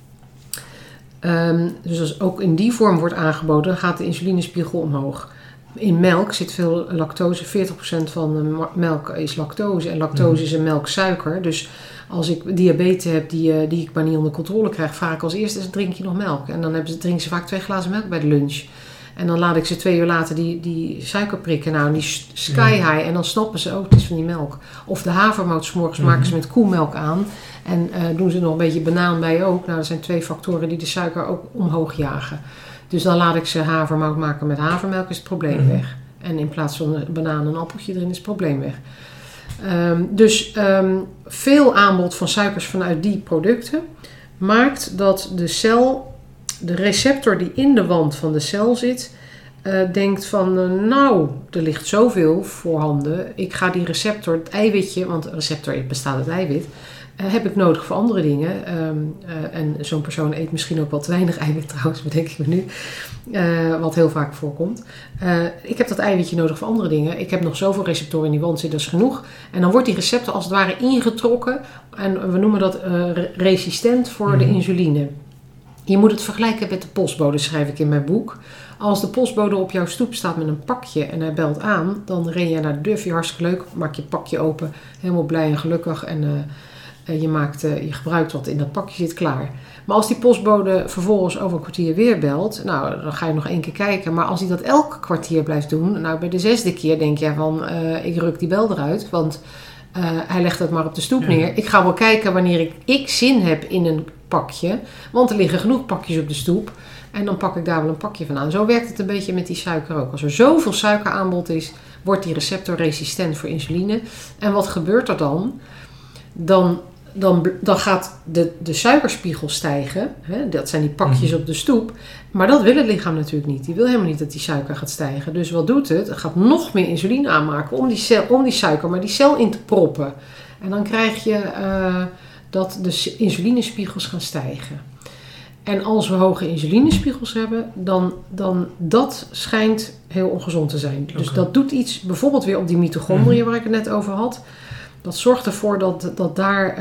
B: Dus als ook in die vorm wordt aangeboden, gaat de insulinespiegel omhoog. In melk zit veel lactose. 40% van de melk is lactose. En lactose is een melksuiker. Dus als ik diabetes heb die ik maar niet onder controle krijg, vraag ik als eerste, drink je nog melk? En dan drinken ze vaak 2 glazen melk bij de lunch. En dan laat ik ze 2 uur later die suiker prikken. Nou, die sky high. En dan snappen ze ook, het is van die melk. Of de havermout 's morgens maken ze met koemelk aan. En doen ze nog een beetje banaan bij ook. Nou, dat zijn 2 factoren die de suiker ook omhoog jagen. Dus dan laat ik ze havermout maken met havermelk, is het probleem weg. En in plaats van een banaan en een appeltje erin is het probleem weg. Veel aanbod van suikers vanuit die producten maakt dat de receptor die in de wand van de cel zit, denkt van er ligt zoveel voorhanden. Ik ga die receptor, het eiwitje, want een receptor bestaat uit eiwit, heb ik nodig voor andere dingen. En zo'n persoon eet misschien ook wel te weinig eiwit trouwens, bedenk ik me nu. Wat heel vaak voorkomt. Ik heb dat eiwitje nodig voor andere dingen. Ik heb nog zoveel receptoren in die wand zitten, dat is genoeg. En dan wordt die receptor als het ware ingetrokken. En we noemen dat resistent voor de insuline. Je moet het vergelijken met de postbode, schrijf ik in mijn boek. Als de postbode op jouw stoep staat met een pakje en hij belt aan, dan ren je naar de deur, vind je hartstikke leuk, maak je pakje open, helemaal blij en gelukkig en je gebruikt wat in dat pakje zit, klaar. Maar als die postbode vervolgens over een kwartier weer belt, nou, dan ga je nog 1 keer kijken. Maar als hij dat elke kwartier blijft doen, nou, bij de 6e keer denk je van, ik ruk die bel eruit, want hij legt het maar op de stoep neer. Ik ga wel kijken wanneer ik zin heb in een pakje, want er liggen genoeg pakjes op de stoep. En dan pak ik daar wel een pakje van aan. Zo werkt het een beetje met die suiker ook. Als er zoveel suikeraanbod is, wordt die receptor resistent voor insuline. En wat gebeurt er dan? Dan gaat de suikerspiegel stijgen. Hè? Dat zijn die pakjes op de stoep. Maar dat wil het lichaam natuurlijk niet. Die wil helemaal niet dat die suiker gaat stijgen. Dus wat doet het? Het gaat nog meer insuline aanmaken om die suiker, maar die cel in te proppen. En dan krijg je dat de insulinespiegels gaan stijgen. En als we hoge insulinespiegels hebben, dan dat schijnt heel ongezond te zijn. Dus dat doet iets, bijvoorbeeld weer op die mitochondriën waar ik het net over had. Dat zorgt ervoor dat daar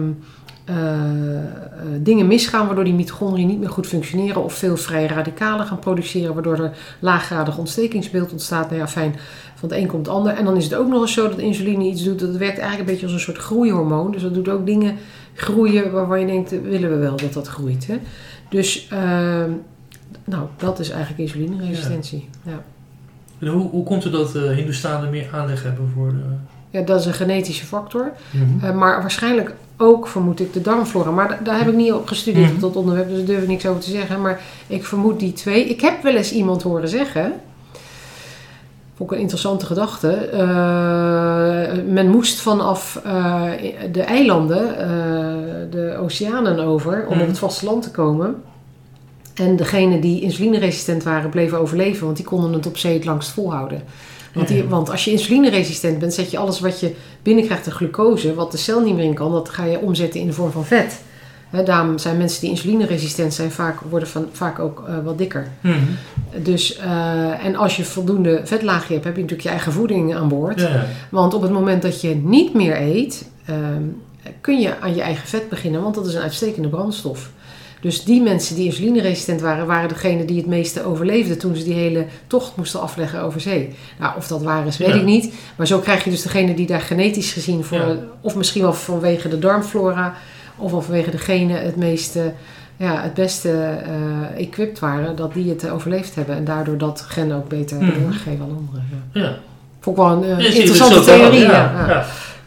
B: dingen misgaan, waardoor die mitochondriën niet meer goed functioneren of veel vrije radicalen gaan produceren, waardoor er laaggradig ontstekingsbeeld ontstaat. Nou ja, fijn, van het een komt het ander. En dan is het ook nog eens zo dat insuline iets doet, dat werkt eigenlijk een beetje als een soort groeihormoon. Dus dat doet ook dingen groeien waarvan je denkt, willen we wel dat dat groeit. Hè? Dus dat is eigenlijk insulineresistentie. Ja.
A: En hoe komt het dat Hindoestanen meer aanleg hebben voor
B: Ja, dat is een genetische factor. Maar waarschijnlijk ook, vermoed ik, de darmflora. Maar daar heb ik niet op gestudeerd op dat onderwerp, dus daar durf ik niks over te zeggen. Maar ik vermoed die 2. Ik heb wel eens iemand horen zeggen, ook een interessante gedachte. Men moest vanaf de eilanden, de oceanen over, om op het vasteland te komen. En degenen die insulineresistent waren, bleven overleven, want die konden het op zee het langst volhouden. Want als je insulineresistent bent, zet je alles wat je binnenkrijgt, de glucose, wat de cel niet meer in kan, dat ga je omzetten in de vorm van vet. Daarom zijn mensen die insulineresistent zijn worden vaak ook wat dikker.
A: Mm-hmm.
B: Dus, en als je voldoende vetlaagje hebt, heb je natuurlijk je eigen voeding aan boord.
A: Ja.
B: Want op het moment dat je niet meer eet, kun je aan je eigen vet beginnen, want dat is een uitstekende brandstof. Dus die mensen die insulineresistent waren degene die het meeste overleefden toen ze die hele tocht moesten afleggen over zee. Nou, of dat waar is, weet ik niet. Maar zo krijg je dus degene die daar genetisch gezien of misschien wel vanwege de darmflora, of wel vanwege de genen het beste equipped waren, dat die het overleefd hebben. En daardoor dat gen ook beter hebben doorgegeven aan anderen. Ja. Vond ik wel een interessante theorie. Ja.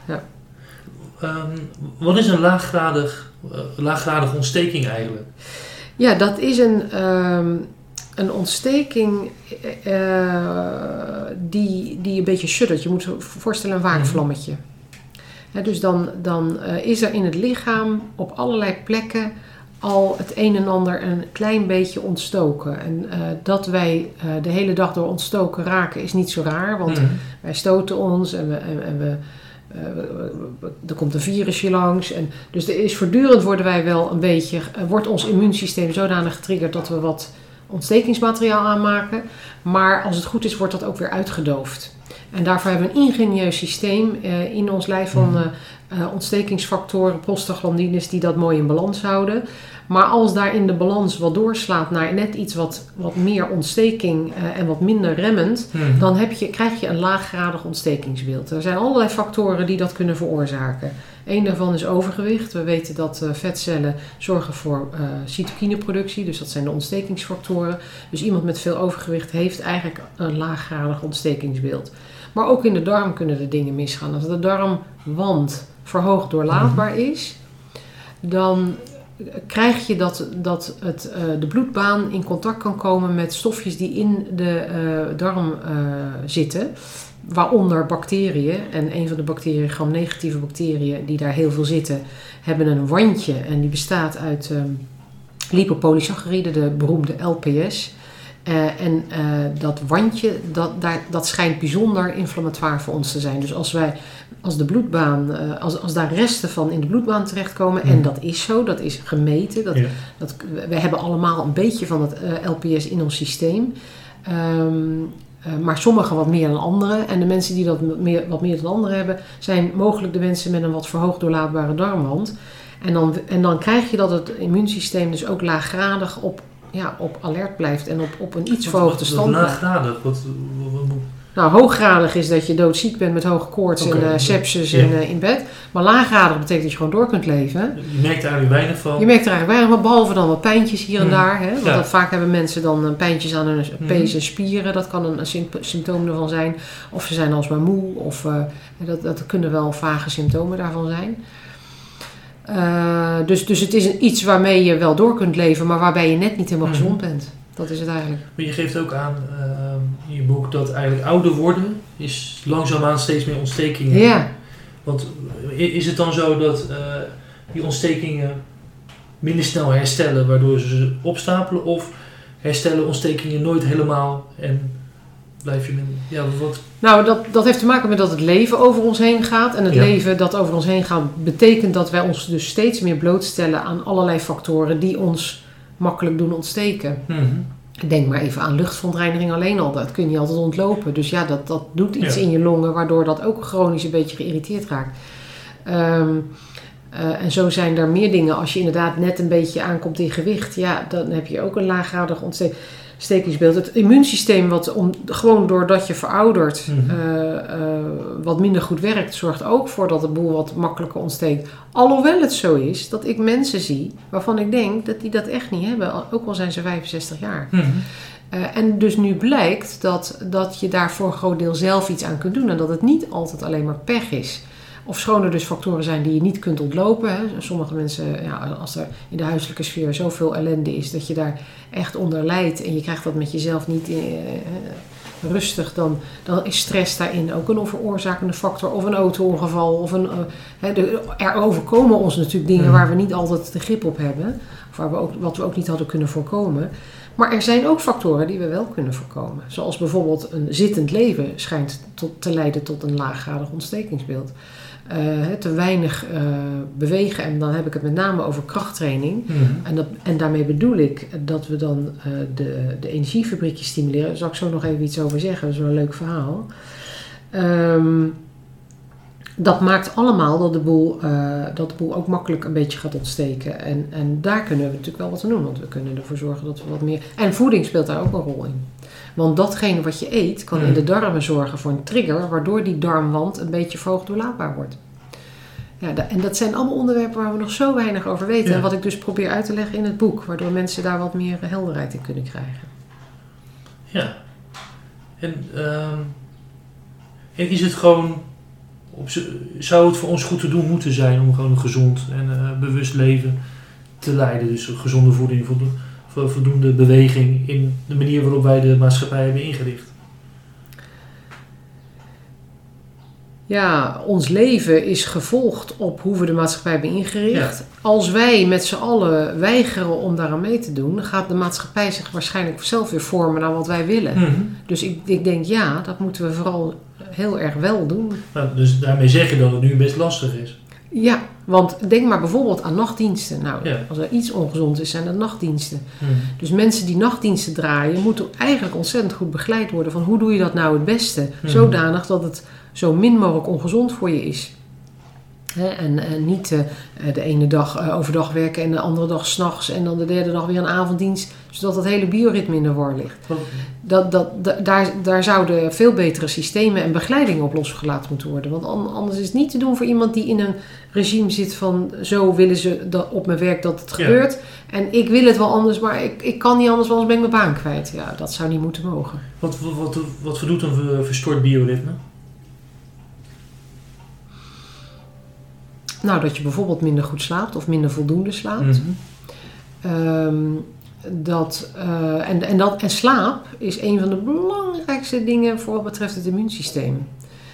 A: Wat is een laaggradige ontsteking eigenlijk?
B: Ja, dat is een ontsteking die een beetje shuddert. Je moet je voorstellen een waakvlammetje. Dus dan is er in het lichaam op allerlei plekken al het een en ander een klein beetje ontstoken. En dat wij de hele dag door ontstoken raken is niet zo raar. Want wij stoten ons en er komt een virusje langs. En dus voortdurend worden wij wel een beetje, wordt ons immuunsysteem zodanig getriggerd dat we wat ontstekingsmateriaal aanmaken. Maar als het goed is, wordt dat ook weer uitgedoofd. En daarvoor hebben we een ingenieus systeem in ons lijf van ontstekingsfactoren, prostaglandines die dat mooi in balans houden. Maar als daar in de balans wat doorslaat naar net iets wat meer ontsteking en wat minder remmend, dan krijg je een laaggradig ontstekingsbeeld. Er zijn allerlei factoren die dat kunnen veroorzaken. Eén daarvan is overgewicht. We weten dat vetcellen zorgen voor cytokineproductie, dus dat zijn de ontstekingsfactoren. Dus iemand met veel overgewicht heeft eigenlijk een laaggradig ontstekingsbeeld. Maar ook in de darm kunnen er dingen misgaan. Als de darmwand verhoogd doorlaatbaar is, dan krijg je dat de bloedbaan in contact kan komen met stofjes die in de darm zitten. Waaronder bacteriën. En een van de bacteriën, gram-negatieve bacteriën, die daar heel veel zitten, hebben een wandje. En die bestaat uit lipopolysacchariden, de beroemde LPS. Dat wandje, dat schijnt bijzonder inflammatoire voor ons te zijn. Dus als de bloedbaan, als daar resten van in de bloedbaan terechtkomen, en dat is zo, dat is gemeten. We hebben allemaal een beetje van het LPS in ons systeem. Maar sommigen wat meer dan anderen. En de mensen die dat wat meer dan anderen hebben, zijn mogelijk de mensen met een wat verhoogd doorlaatbare darmwand. En dan krijg je dat het immuunsysteem dus ook laaggradig op alert blijft en op een iets verhoogde stand blijft.
A: Laaggradig?
B: Nou, hooggradig is dat je doodziek bent met hoge koorts en sepsis en in bed. Maar laaggradig betekent dat je gewoon door kunt leven.
A: Je merkt er eigenlijk weinig van.
B: Je merkt er eigenlijk weinig van, behalve dan wat pijntjes hier en daar. Hè? Want vaak hebben mensen dan pijntjes aan hun pees en spieren. Dat kan een symptoom ervan zijn. Of ze zijn alsmaar moe. Of dat kunnen wel vage symptomen daarvan zijn. Dus het is iets waarmee je wel door kunt leven, maar waarbij je net niet helemaal gezond bent. Dat is het eigenlijk.
A: Maar je geeft ook aan in je boek dat eigenlijk ouder worden is langzaamaan steeds meer ontstekingen.
B: Ja.
A: Want is het dan zo dat die ontstekingen minder snel herstellen, waardoor ze opstapelen? Of herstellen ontstekingen nooit helemaal en blijf je wat?
B: Nou, dat heeft te maken met dat het leven over ons heen gaat. En het leven dat over ons heen gaat betekent dat wij ons dus steeds meer blootstellen aan allerlei factoren die ons makkelijk doen ontsteken. Denk maar even aan luchtverontreiniging alleen al. Dat kun je niet altijd ontlopen. Dus dat doet iets in je longen, waardoor dat ook chronisch een beetje geïrriteerd raakt. En zo zijn er meer dingen. Als je inderdaad net een beetje aankomt in gewicht, dan heb je ook een laaggradig ontstekingsbeeld. Het immuunsysteem, gewoon doordat je veroudert, wat minder goed werkt, zorgt ook voor dat de boel wat makkelijker ontsteekt. Alhoewel het zo is dat ik mensen zie waarvan ik denk dat die dat echt niet hebben, ook al zijn ze 65 jaar. En dus nu blijkt dat je daar voor een groot deel zelf iets aan kunt doen en dat het niet altijd alleen maar pech is. Ofschoon er dus factoren zijn die je niet kunt ontlopen. Hè. Sommige mensen, als er in de huiselijke sfeer zoveel ellende is dat je daar echt onder lijdt en je krijgt dat met jezelf niet rustig, dan is stress daarin ook een veroorzakende factor. Of een auto-ongeval. Of er overkomen ons natuurlijk dingen waar we niet altijd de grip op hebben. Of wat we ook niet hadden kunnen voorkomen. Maar er zijn ook factoren die we wel kunnen voorkomen. Zoals bijvoorbeeld een zittend leven schijnt te leiden tot een laaggradig ontstekingsbeeld. Te weinig bewegen, en dan heb ik het met name over krachttraining. En daarmee bedoel ik dat we dan de energiefabriekjes stimuleren. Daar zal ik zo nog even iets over zeggen, dat is wel een leuk verhaal. Dat maakt allemaal dat de boel ook makkelijk een beetje gaat ontsteken. En daar kunnen we natuurlijk wel wat aan doen. Want we kunnen ervoor zorgen dat we wat meer... En voeding speelt daar ook een rol in. Want datgene wat je eet kan in de darmen zorgen voor een trigger, waardoor die darmwand een beetje verhoogd doorlaatbaar wordt. Ja, en dat zijn allemaal onderwerpen waar we nog zo weinig over weten. Ja. En wat ik dus probeer uit te leggen in het boek. Waardoor mensen daar wat meer helderheid in kunnen krijgen.
A: Ja. En is het gewoon... zou het voor ons goed te doen moeten zijn om gewoon een gezond en bewust leven te leiden? Dus gezonde voeding, voldoende beweging in de manier waarop wij de maatschappij hebben ingericht.
B: Ja, ons leven is gevolgd op hoe we de maatschappij hebben ingericht. Ja. Als wij met z'n allen weigeren om daaraan mee te doen, gaat de maatschappij zich waarschijnlijk zelf weer vormen naar wat wij willen. Mm-hmm. Dus ik denk dat moeten we vooral heel erg wel doen.
A: Nou, dus daarmee zeg je dat het nu best lastig is.
B: Ja, want denk maar bijvoorbeeld aan nachtdiensten. Nou, als er iets ongezond is, zijn dat nachtdiensten. Dus mensen die nachtdiensten draaien, moeten eigenlijk ontzettend goed begeleid worden van hoe doe je dat nou het beste? Zodanig dat het zo min mogelijk ongezond voor je is. En niet de ene dag overdag werken en de andere dag 's nachts en dan de derde dag weer een avonddienst, zodat het hele bioritme in de war ligt. Daar zouden veel betere systemen en begeleidingen op losgelaten moeten worden. Want anders is het niet te doen voor iemand die in een regime zit van zo willen ze op mijn werk dat het gebeurt. En ik wil het wel anders, maar ik kan niet anders, want anders ben ik mijn baan kwijt. Ja, dat zou niet moeten mogen.
A: Wat verdoet een verstoord bioritme?
B: Nou, dat je bijvoorbeeld minder goed slaapt of minder voldoende slaapt. En slaap is een van de belangrijkste dingen voor wat betreft het immuunsysteem.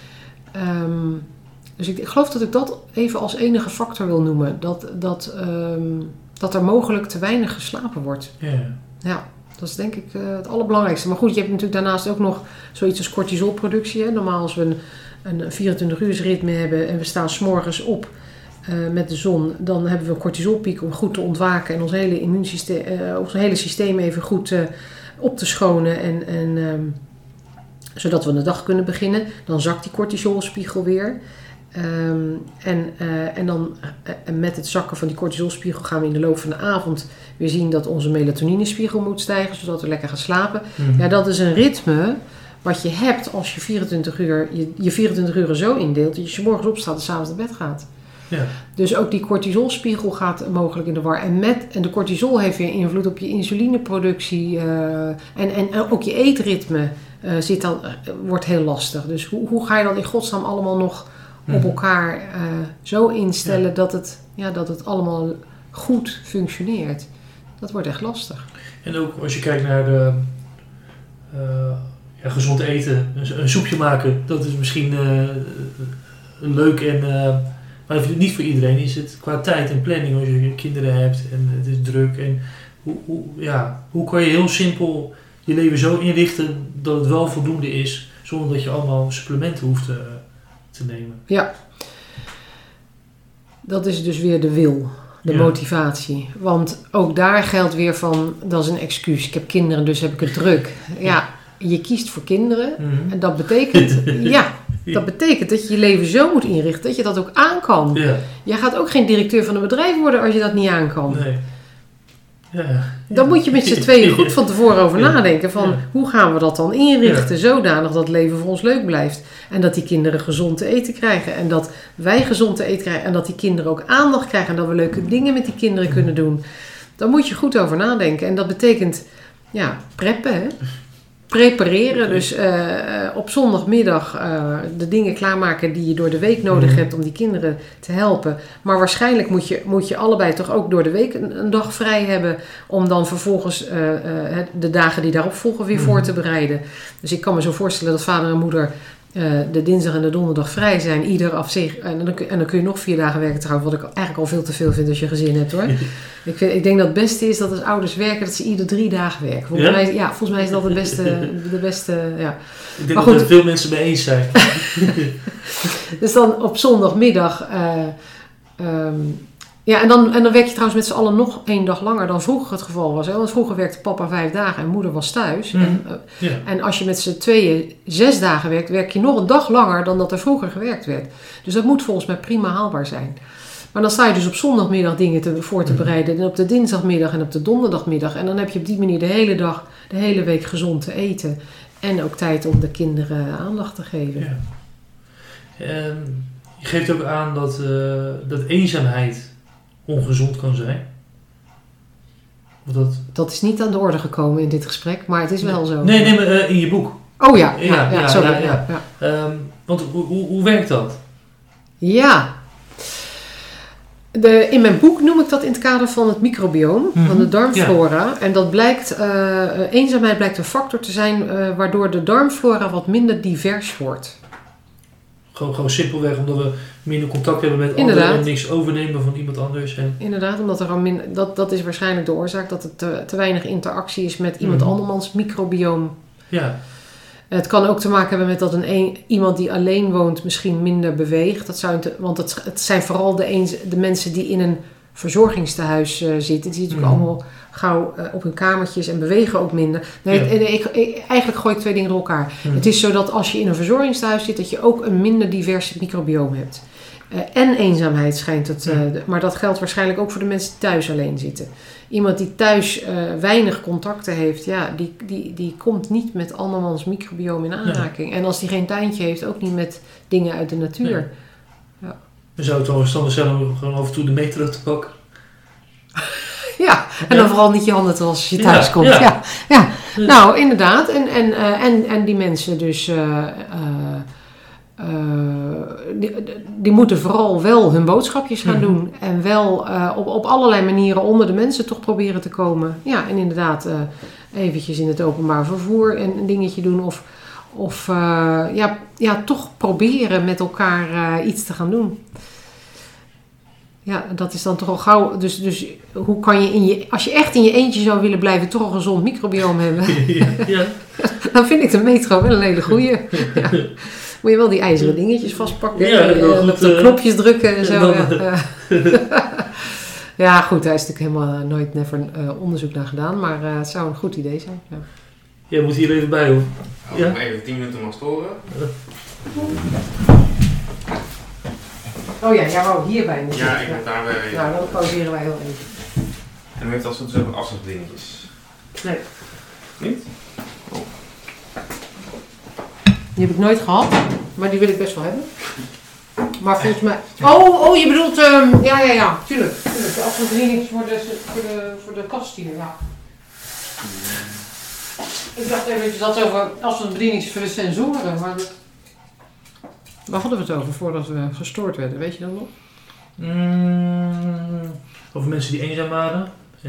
B: Dus ik geloof dat ik dat even als enige factor wil noemen. Dat er mogelijk te weinig geslapen wordt. Ja, dat is denk ik het allerbelangrijkste. Maar goed, je hebt natuurlijk daarnaast ook nog zoiets als cortisolproductie. Hè? Normaal als we een 24-uursritme hebben en we staan 's morgens op met de zon, dan hebben we een cortisolpiek om goed te ontwaken en ons hele immuunsysteem, ons hele systeem even goed op te schonen en zodat we de dag kunnen beginnen. Dan zakt die cortisolspiegel weer. En dan met het zakken van die cortisolspiegel gaan we in de loop van de avond weer zien dat onze melatoninespiegel moet stijgen, zodat we lekker gaan slapen. Ja, dat is een ritme wat je hebt als je 24 uur zo indeelt dat je morgens opstaat en 's avonds naar bed gaat. Ja. Dus ook die cortisolspiegel gaat mogelijk in de war. En de cortisol heeft weer invloed op je insulineproductie. En ook je eetritme wordt heel lastig. Dus hoe ga je dan in godsnaam allemaal nog op elkaar zo instellen dat het allemaal goed functioneert? Dat wordt echt lastig.
A: En ook als je kijkt naar de gezond eten, een soepje maken, dat is misschien leuk maar niet voor iedereen is het qua tijd en planning als je kinderen hebt en het is druk. En hoe kan je heel simpel je leven zo inrichten dat het wel voldoende is, zonder dat je allemaal supplementen hoeft te nemen?
B: Ja, dat is dus weer de wil, de motivatie. Want ook daar geldt weer van, dat is een excuus. Ik heb kinderen, dus heb ik het druk. Ja, je kiest voor kinderen en dat betekent... Dat betekent dat je je leven zo moet inrichten dat je dat ook aan kan. Ja. Jij gaat ook geen directeur van een bedrijf worden als je dat niet aan kan. Nee. Ja. Dan moet je met z'n tweeën goed van tevoren over nadenken van hoe gaan we dat dan inrichten zodanig dat het leven voor ons leuk blijft. En dat die kinderen gezond te eten krijgen en dat wij gezond te eten krijgen en dat die kinderen ook aandacht krijgen en dat we leuke dingen met die kinderen kunnen doen. Daar moet je goed over nadenken en dat betekent preppen, hè? Prepareren, dus op zondagmiddag de dingen klaarmaken die je door de week nodig hebt om die kinderen te helpen. Maar waarschijnlijk moet je allebei toch ook door de week een dag vrij hebben om dan vervolgens de dagen die daarop volgen weer voor te bereiden. Dus ik kan me zo voorstellen dat vader en moeder de dinsdag en de donderdag vrij zijn, ieder af zich. En dan kun je nog 4 dagen werken trouwens, wat ik eigenlijk al veel te veel vind als je gezin hebt hoor. Ik denk dat het beste is dat als ouders werken, dat ze ieder 3 dagen werken. Volgens mij is dat de beste ja.
A: Ik denk dat er veel mensen mee eens zijn.
B: Dus dan op zondagmiddag... en dan werk je trouwens met z'n allen nog 1 dag langer dan vroeger het geval was. Hè? Want vroeger werkte papa 5 dagen en moeder was thuis. En als je met z'n tweeën 6 dagen werkt, werk je nog een dag langer dan dat er vroeger gewerkt werd. Dus dat moet volgens mij prima haalbaar zijn. Maar dan sta je dus op zondagmiddag dingen voor te bereiden. En op de dinsdagmiddag en op de donderdagmiddag. En dan heb je op die manier de hele dag, de hele week gezond te eten. En ook tijd om de kinderen aandacht te geven.
A: Ja. Je geeft ook aan dat eenzaamheid ongezond kan zijn.
B: Dat is niet aan de orde gekomen in dit gesprek, maar het is wel zo.
A: Nee, maar in je boek.
B: Oh ja, sorry. Ja.
A: Want hoe werkt dat?
B: Ja. In mijn boek noem ik dat in het kader van het microbioom, van de darmflora. Ja. En dat blijkt, eenzaamheid blijkt een factor te zijn waardoor de darmflora wat minder divers wordt.
A: Gewoon simpelweg omdat we minder contact hebben met anderen en niks overnemen van iemand anders.
B: Inderdaad, omdat er al dat is waarschijnlijk de oorzaak dat er te weinig interactie is met iemand andermans microbioom.
A: Ja.
B: Het kan ook te maken hebben met dat iemand die alleen woont misschien minder beweegt. Want het zijn vooral de mensen die in een verzorgingstehuis zitten. Die zitten allemaal gauw op hun kamertjes en bewegen ook minder. Eigenlijk gooi ik 2 dingen door elkaar. Het is zo dat als je in een verzorgingstehuis zit, dat je ook een minder divers microbioom hebt. En eenzaamheid schijnt het. Maar dat geldt waarschijnlijk ook voor de mensen die thuis alleen zitten. Iemand die thuis weinig contacten heeft, die komt niet met andermans microbioom in aanraking. En als die geen tuintje heeft, ook niet met dingen uit de natuur. Nee. Ja.
A: Dan zou het wel verstandig zijn om gewoon af en toe de metro te pakken.
B: Ja, en dan vooral niet je handen te wassen als je thuis komt. Ja. Nou, inderdaad. En die mensen dus... die moeten vooral wel hun boodschapjes gaan doen. En wel op allerlei manieren onder de mensen toch proberen te komen. Ja, en inderdaad eventjes in het openbaar vervoer een dingetje doen. Of toch proberen met elkaar iets te gaan doen. Ja, dat is dan toch al gauw. Dus hoe kan je als je echt in je eentje zou willen blijven, toch een gezond microbioom hebben?
A: Ja.
B: Dan vind ik de metro wel een hele goeie. Ja. Moet je wel die ijzeren dingetjes vastpakken.
A: Ja,
B: op de knopjes drukken en zo. Ja, goed. Daar is natuurlijk helemaal nooit onderzoek naar gedaan. Maar het zou een goed idee zijn. Ja.
A: Jij moet hier even bij hoor.
C: Als ik even 10 minuten mag storen.
B: Oh ja, jij wou hierbij moeten.
C: Ja, ik heb daar weer even.
B: Nou, dan pauzeren wij heel even.
C: En u heeft als het ook afstandsdingetjes.
B: Nee.
C: Niet? Oh.
B: Die heb ik nooit gehad, maar die wil ik best wel hebben. Maar volgens mij... Oh, je bedoelt... Ja, tuurlijk. De afstandsbediening voor de kast hier, ja. Ik dacht even dat je dat over afstandsbediening voor de sensoren, maar... Waar hadden we het over voordat we gestoord werden? Weet je dat nog?
A: Over mensen die eenzaam waren.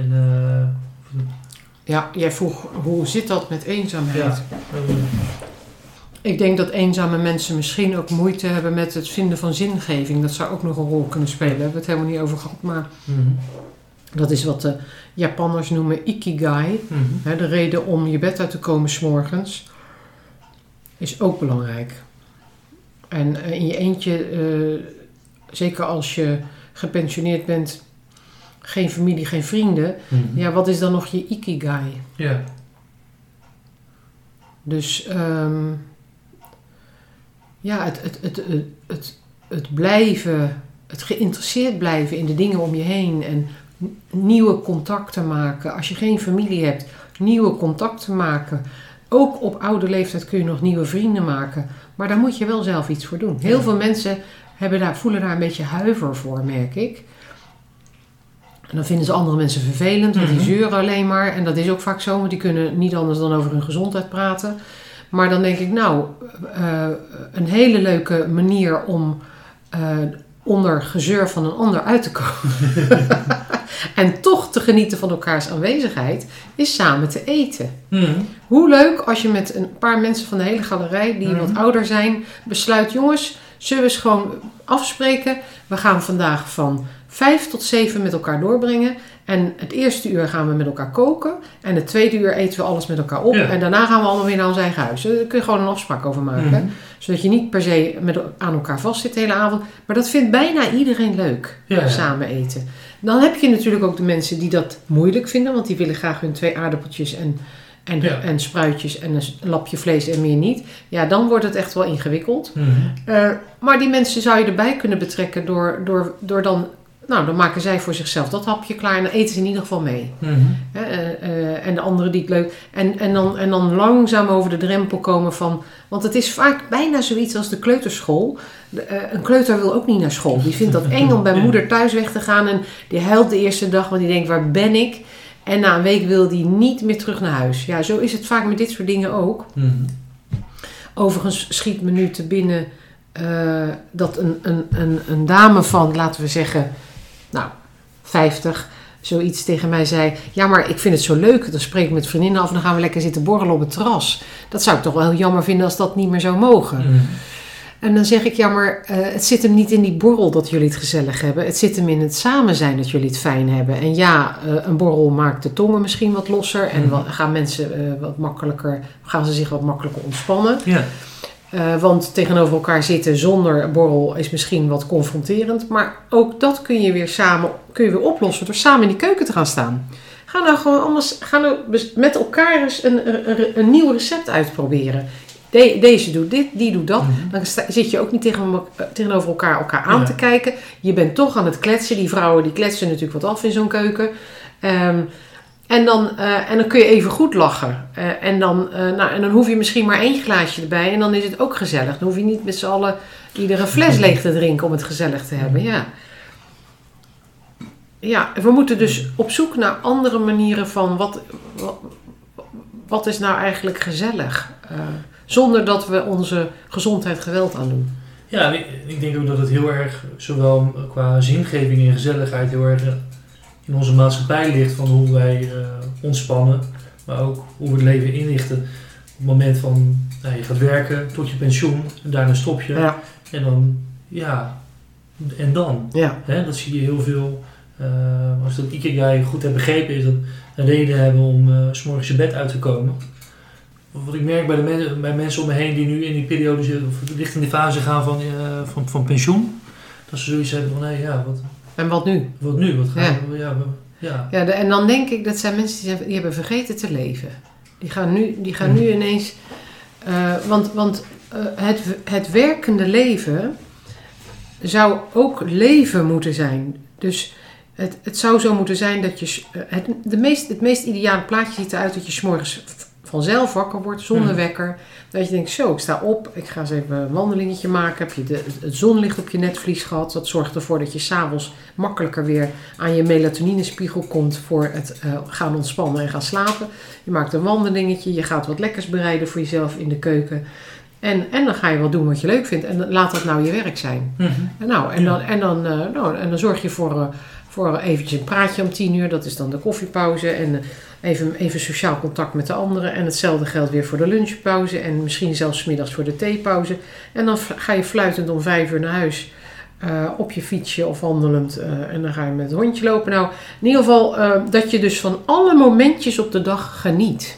B: Ja, jij vroeg hoe zit dat met eenzaamheid?
A: Ja.
B: Ik denk dat eenzame mensen misschien ook moeite hebben met het vinden van zingeving. Dat zou ook nog een rol kunnen spelen. Daar hebben we het helemaal niet over gehad. Maar dat is wat de Japanners noemen ikigai. De reden om je bed uit te komen 's morgens is ook belangrijk. En in je eentje, zeker als je gepensioneerd bent, geen familie, geen vrienden. Ja, wat is dan nog je ikigai?
A: Ja.
B: Dus het blijven, het geïnteresseerd blijven in de dingen om je heen en nieuwe contacten maken. Als je geen familie hebt, nieuwe contacten maken. Ook op oude leeftijd kun je nog nieuwe vrienden maken. Maar daar moet je wel zelf iets voor doen. Heel veel mensen voelen daar een beetje huiver voor, merk ik. En dan vinden ze andere mensen vervelend, want die zeuren alleen maar. En dat is ook vaak zo, want die kunnen niet anders dan over hun gezondheid praten. Maar dan denk ik, een hele leuke manier onder gezeur van een ander uit te komen. En toch te genieten van elkaars aanwezigheid, is samen te eten. Hoe leuk als je met een paar mensen van de hele galerij, die wat ouder zijn, besluit, jongens, zullen we eens gewoon afspreken. We gaan vandaag van 5 tot 7 met elkaar doorbrengen. En het eerste uur gaan we met elkaar koken. En het tweede uur eten we alles met elkaar op. Ja. En daarna gaan we allemaal weer naar ons eigen huis. Daar kun je gewoon een afspraak over maken. Zodat je niet per se aan elkaar vastzit de hele avond. Maar dat vindt bijna iedereen leuk. Ja. Samen eten. Dan heb je natuurlijk ook de mensen die dat moeilijk vinden. Want die willen graag hun 2 aardappeltjes en spruitjes en een lapje vlees en meer niet. Ja, dan wordt het echt wel ingewikkeld. Maar die mensen zou je erbij kunnen betrekken door dan... Nou, dan maken zij voor zichzelf dat hapje klaar en dan eten ze in ieder geval mee. En de anderen die het leuk... En dan langzaam over de drempel komen van... Want het is vaak bijna zoiets als de kleuterschool. Een kleuter wil ook niet naar school. Die vindt dat eng om bij moeder thuis weg te gaan. En die huilt de eerste dag, want die denkt, waar ben ik? En na een week wil die niet meer terug naar huis. Ja, zo is het vaak met dit soort dingen ook. Overigens schiet me nu te binnen... dat een dame van, laten we zeggen... 50, zoiets tegen mij zei... Ja, maar ik vind het zo leuk. Dan spreek ik met vriendinnen af en dan gaan we lekker zitten borrelen op het terras. Dat zou ik toch wel heel jammer vinden als dat niet meer zou mogen. En dan zeg ik, ja, maar het zit hem niet in die borrel dat jullie het gezellig hebben. Het zit hem in het samen zijn dat jullie het fijn hebben. En ja, een borrel maakt de tongen misschien wat losser. En gaan ze zich wat makkelijker ontspannen. Ja. Want tegenover elkaar zitten zonder borrel is misschien wat confronterend. Maar ook dat kun je weer oplossen door samen in die keuken te gaan staan. Ga nou gewoon anders met elkaar eens een nieuw recept uitproberen. Deze doet dit, die doet dat. Dan zit je ook niet tegenover elkaar aan te kijken. Je bent toch aan het kletsen. Die vrouwen die kletsen natuurlijk wat af in zo'n keuken. En dan kun je even goed lachen. En dan hoef je misschien maar 1 glaasje erbij. En dan is het ook gezellig. Dan hoef je niet met z'n allen iedere fles leeg te drinken om het gezellig te hebben. Ja, we moeten dus op zoek naar andere manieren van wat is nou eigenlijk gezellig. Zonder dat we onze gezondheid geweld aandoen.
A: Ja, ik denk ook dat het heel erg, zowel qua zingeving en gezelligheid, heel erg in onze maatschappij ligt van hoe wij ontspannen, maar ook hoe we het leven inrichten. Op het moment van, je gaat werken tot je pensioen en daarna stop je. Ja. En dan, dat zie je heel veel. Als dat Ikigai goed heb begrepen, is dat een reden hebben om 's morgens je bed uit te komen. Wat ik merk bij mensen om me heen die nu in die periode zitten, of richting de fase gaan van pensioen, dat ze zoiets hebben van, wat...
B: En wat nu?
A: Wat nu? Wat gaan we...
B: En dan denk ik dat zijn mensen die hebben vergeten te leven. Die gaan nu ineens... Want het werkende leven zou ook leven moeten zijn. Dus het zou zo moeten zijn dat je... Het meest ideale plaatje ziet eruit dat je 's morgens vanzelf wakker wordt, zonder wekker. Dat je denkt, zo, ik sta op, ik ga eens even een wandelingetje maken. Heb je het zonlicht op je netvlies gehad. Dat zorgt ervoor dat je 's avonds makkelijker weer aan je melatoninespiegel komt voor het gaan ontspannen en gaan slapen. Je maakt een wandelingetje, je gaat wat lekkers bereiden voor jezelf in de keuken. En dan ga je wat doen wat je leuk vindt. En laat dat nou je werk zijn. En dan zorg je voor eventjes een praatje om 10 uur. Dat is dan de koffiepauze. En even sociaal contact met de anderen. En hetzelfde geldt weer voor de lunchpauze. En misschien zelfs 's middags voor de theepauze. En dan ga je fluitend om 5 uur naar huis. Op je fietsje of wandelend. En dan ga je met het hondje lopen. Nou, in ieder geval dat je dus van alle momentjes op de dag geniet.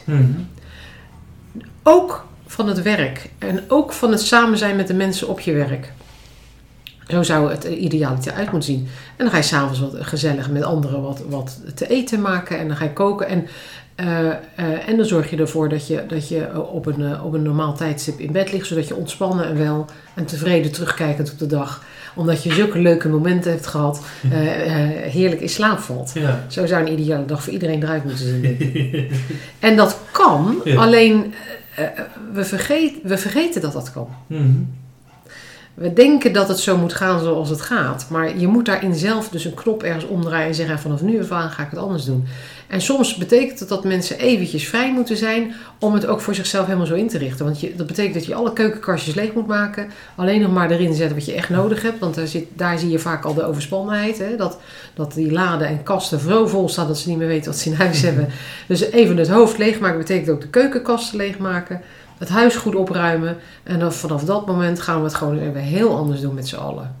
B: Ook van het werk. En ook van het samen zijn met de mensen op je werk. Zo zou het idealiter uit moeten zien. En dan ga je 's avonds wat gezellig met anderen wat te eten maken. En dan ga je koken. En dan zorg je ervoor dat je op een normaal tijdstip in bed ligt. Zodat je ontspannen en wel en tevreden terugkijkend op de dag. Omdat je zulke leuke momenten hebt gehad. Heerlijk in slaap valt. Ja. Zo zou een ideale dag voor iedereen eruit moeten zien. En dat kan. Ja. Alleen we vergeten dat kan. We denken dat het zo moet gaan zoals het gaat. Maar je moet daarin zelf dus een knop ergens omdraaien en zeggen, vanaf nu af aan ga ik het anders doen. En soms betekent het dat mensen eventjes vrij moeten zijn om het ook voor zichzelf helemaal zo in te richten. Want dat betekent dat je alle keukenkastjes leeg moet maken. Alleen nog maar erin zetten wat je echt nodig hebt. Want daar zie je vaak al de overspannenheid. Hè? Dat die laden en kasten zo vol staan dat ze niet meer weten wat ze in huis hebben. Dus even het hoofd leegmaken betekent ook de keukenkasten leegmaken. Het huis goed opruimen. En dan vanaf dat moment gaan we het gewoon even heel anders doen met z'n allen.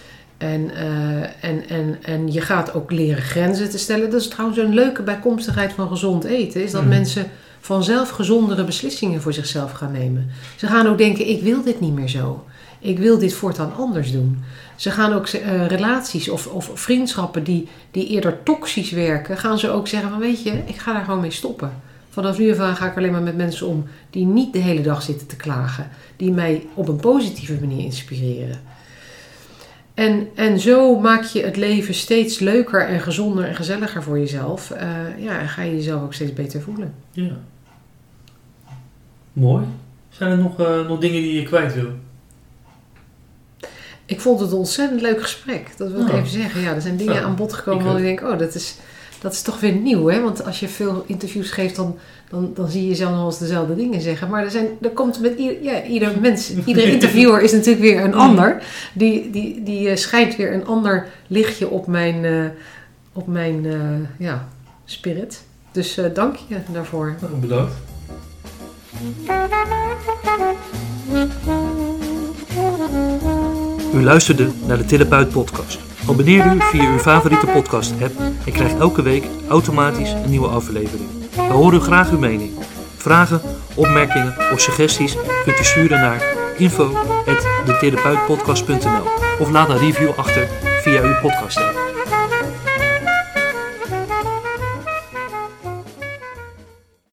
B: En je gaat ook leren grenzen te stellen. Dat is trouwens een leuke bijkomstigheid van gezond eten. Is dat mensen vanzelf gezondere beslissingen voor zichzelf gaan nemen. Ze gaan ook denken, ik wil dit niet meer zo. Ik wil dit voortaan anders doen. Ze gaan ook relaties of vriendschappen die eerder toxisch werken, gaan ze ook zeggen van weet je, ik ga daar gewoon mee stoppen. Vanaf nu af aan ga ik alleen maar met mensen om die niet de hele dag zitten te klagen. Die mij op een positieve manier inspireren. En zo maak je het leven steeds leuker en gezonder en gezelliger voor jezelf. En ga je jezelf ook steeds beter voelen.
A: Ja. Mooi. Zijn er nog dingen die je kwijt wil?
B: Ik vond het een ontzettend leuk gesprek. Dat wil ik even zeggen. Ja, er zijn dingen aan bod gekomen waar ik denk, dat is toch weer nieuw. Hè? Want als je veel interviews geeft, dan zie je jezelf nog wel eens dezelfde dingen zeggen. Maar er komt met ieder mens, iedere interviewer is natuurlijk weer een ander. Die schijnt weer een ander lichtje op mijn spirit. Dus dank je daarvoor.
A: Bedankt. U luisterde naar de Therapeut podcast. Abonneer u via uw favoriete podcast app en krijgt elke week automatisch een nieuwe aflevering. We horen graag uw mening. Vragen, opmerkingen of suggesties kunt u sturen naar info@detherapeutpodcast.nl of laat een review achter via uw podcast app.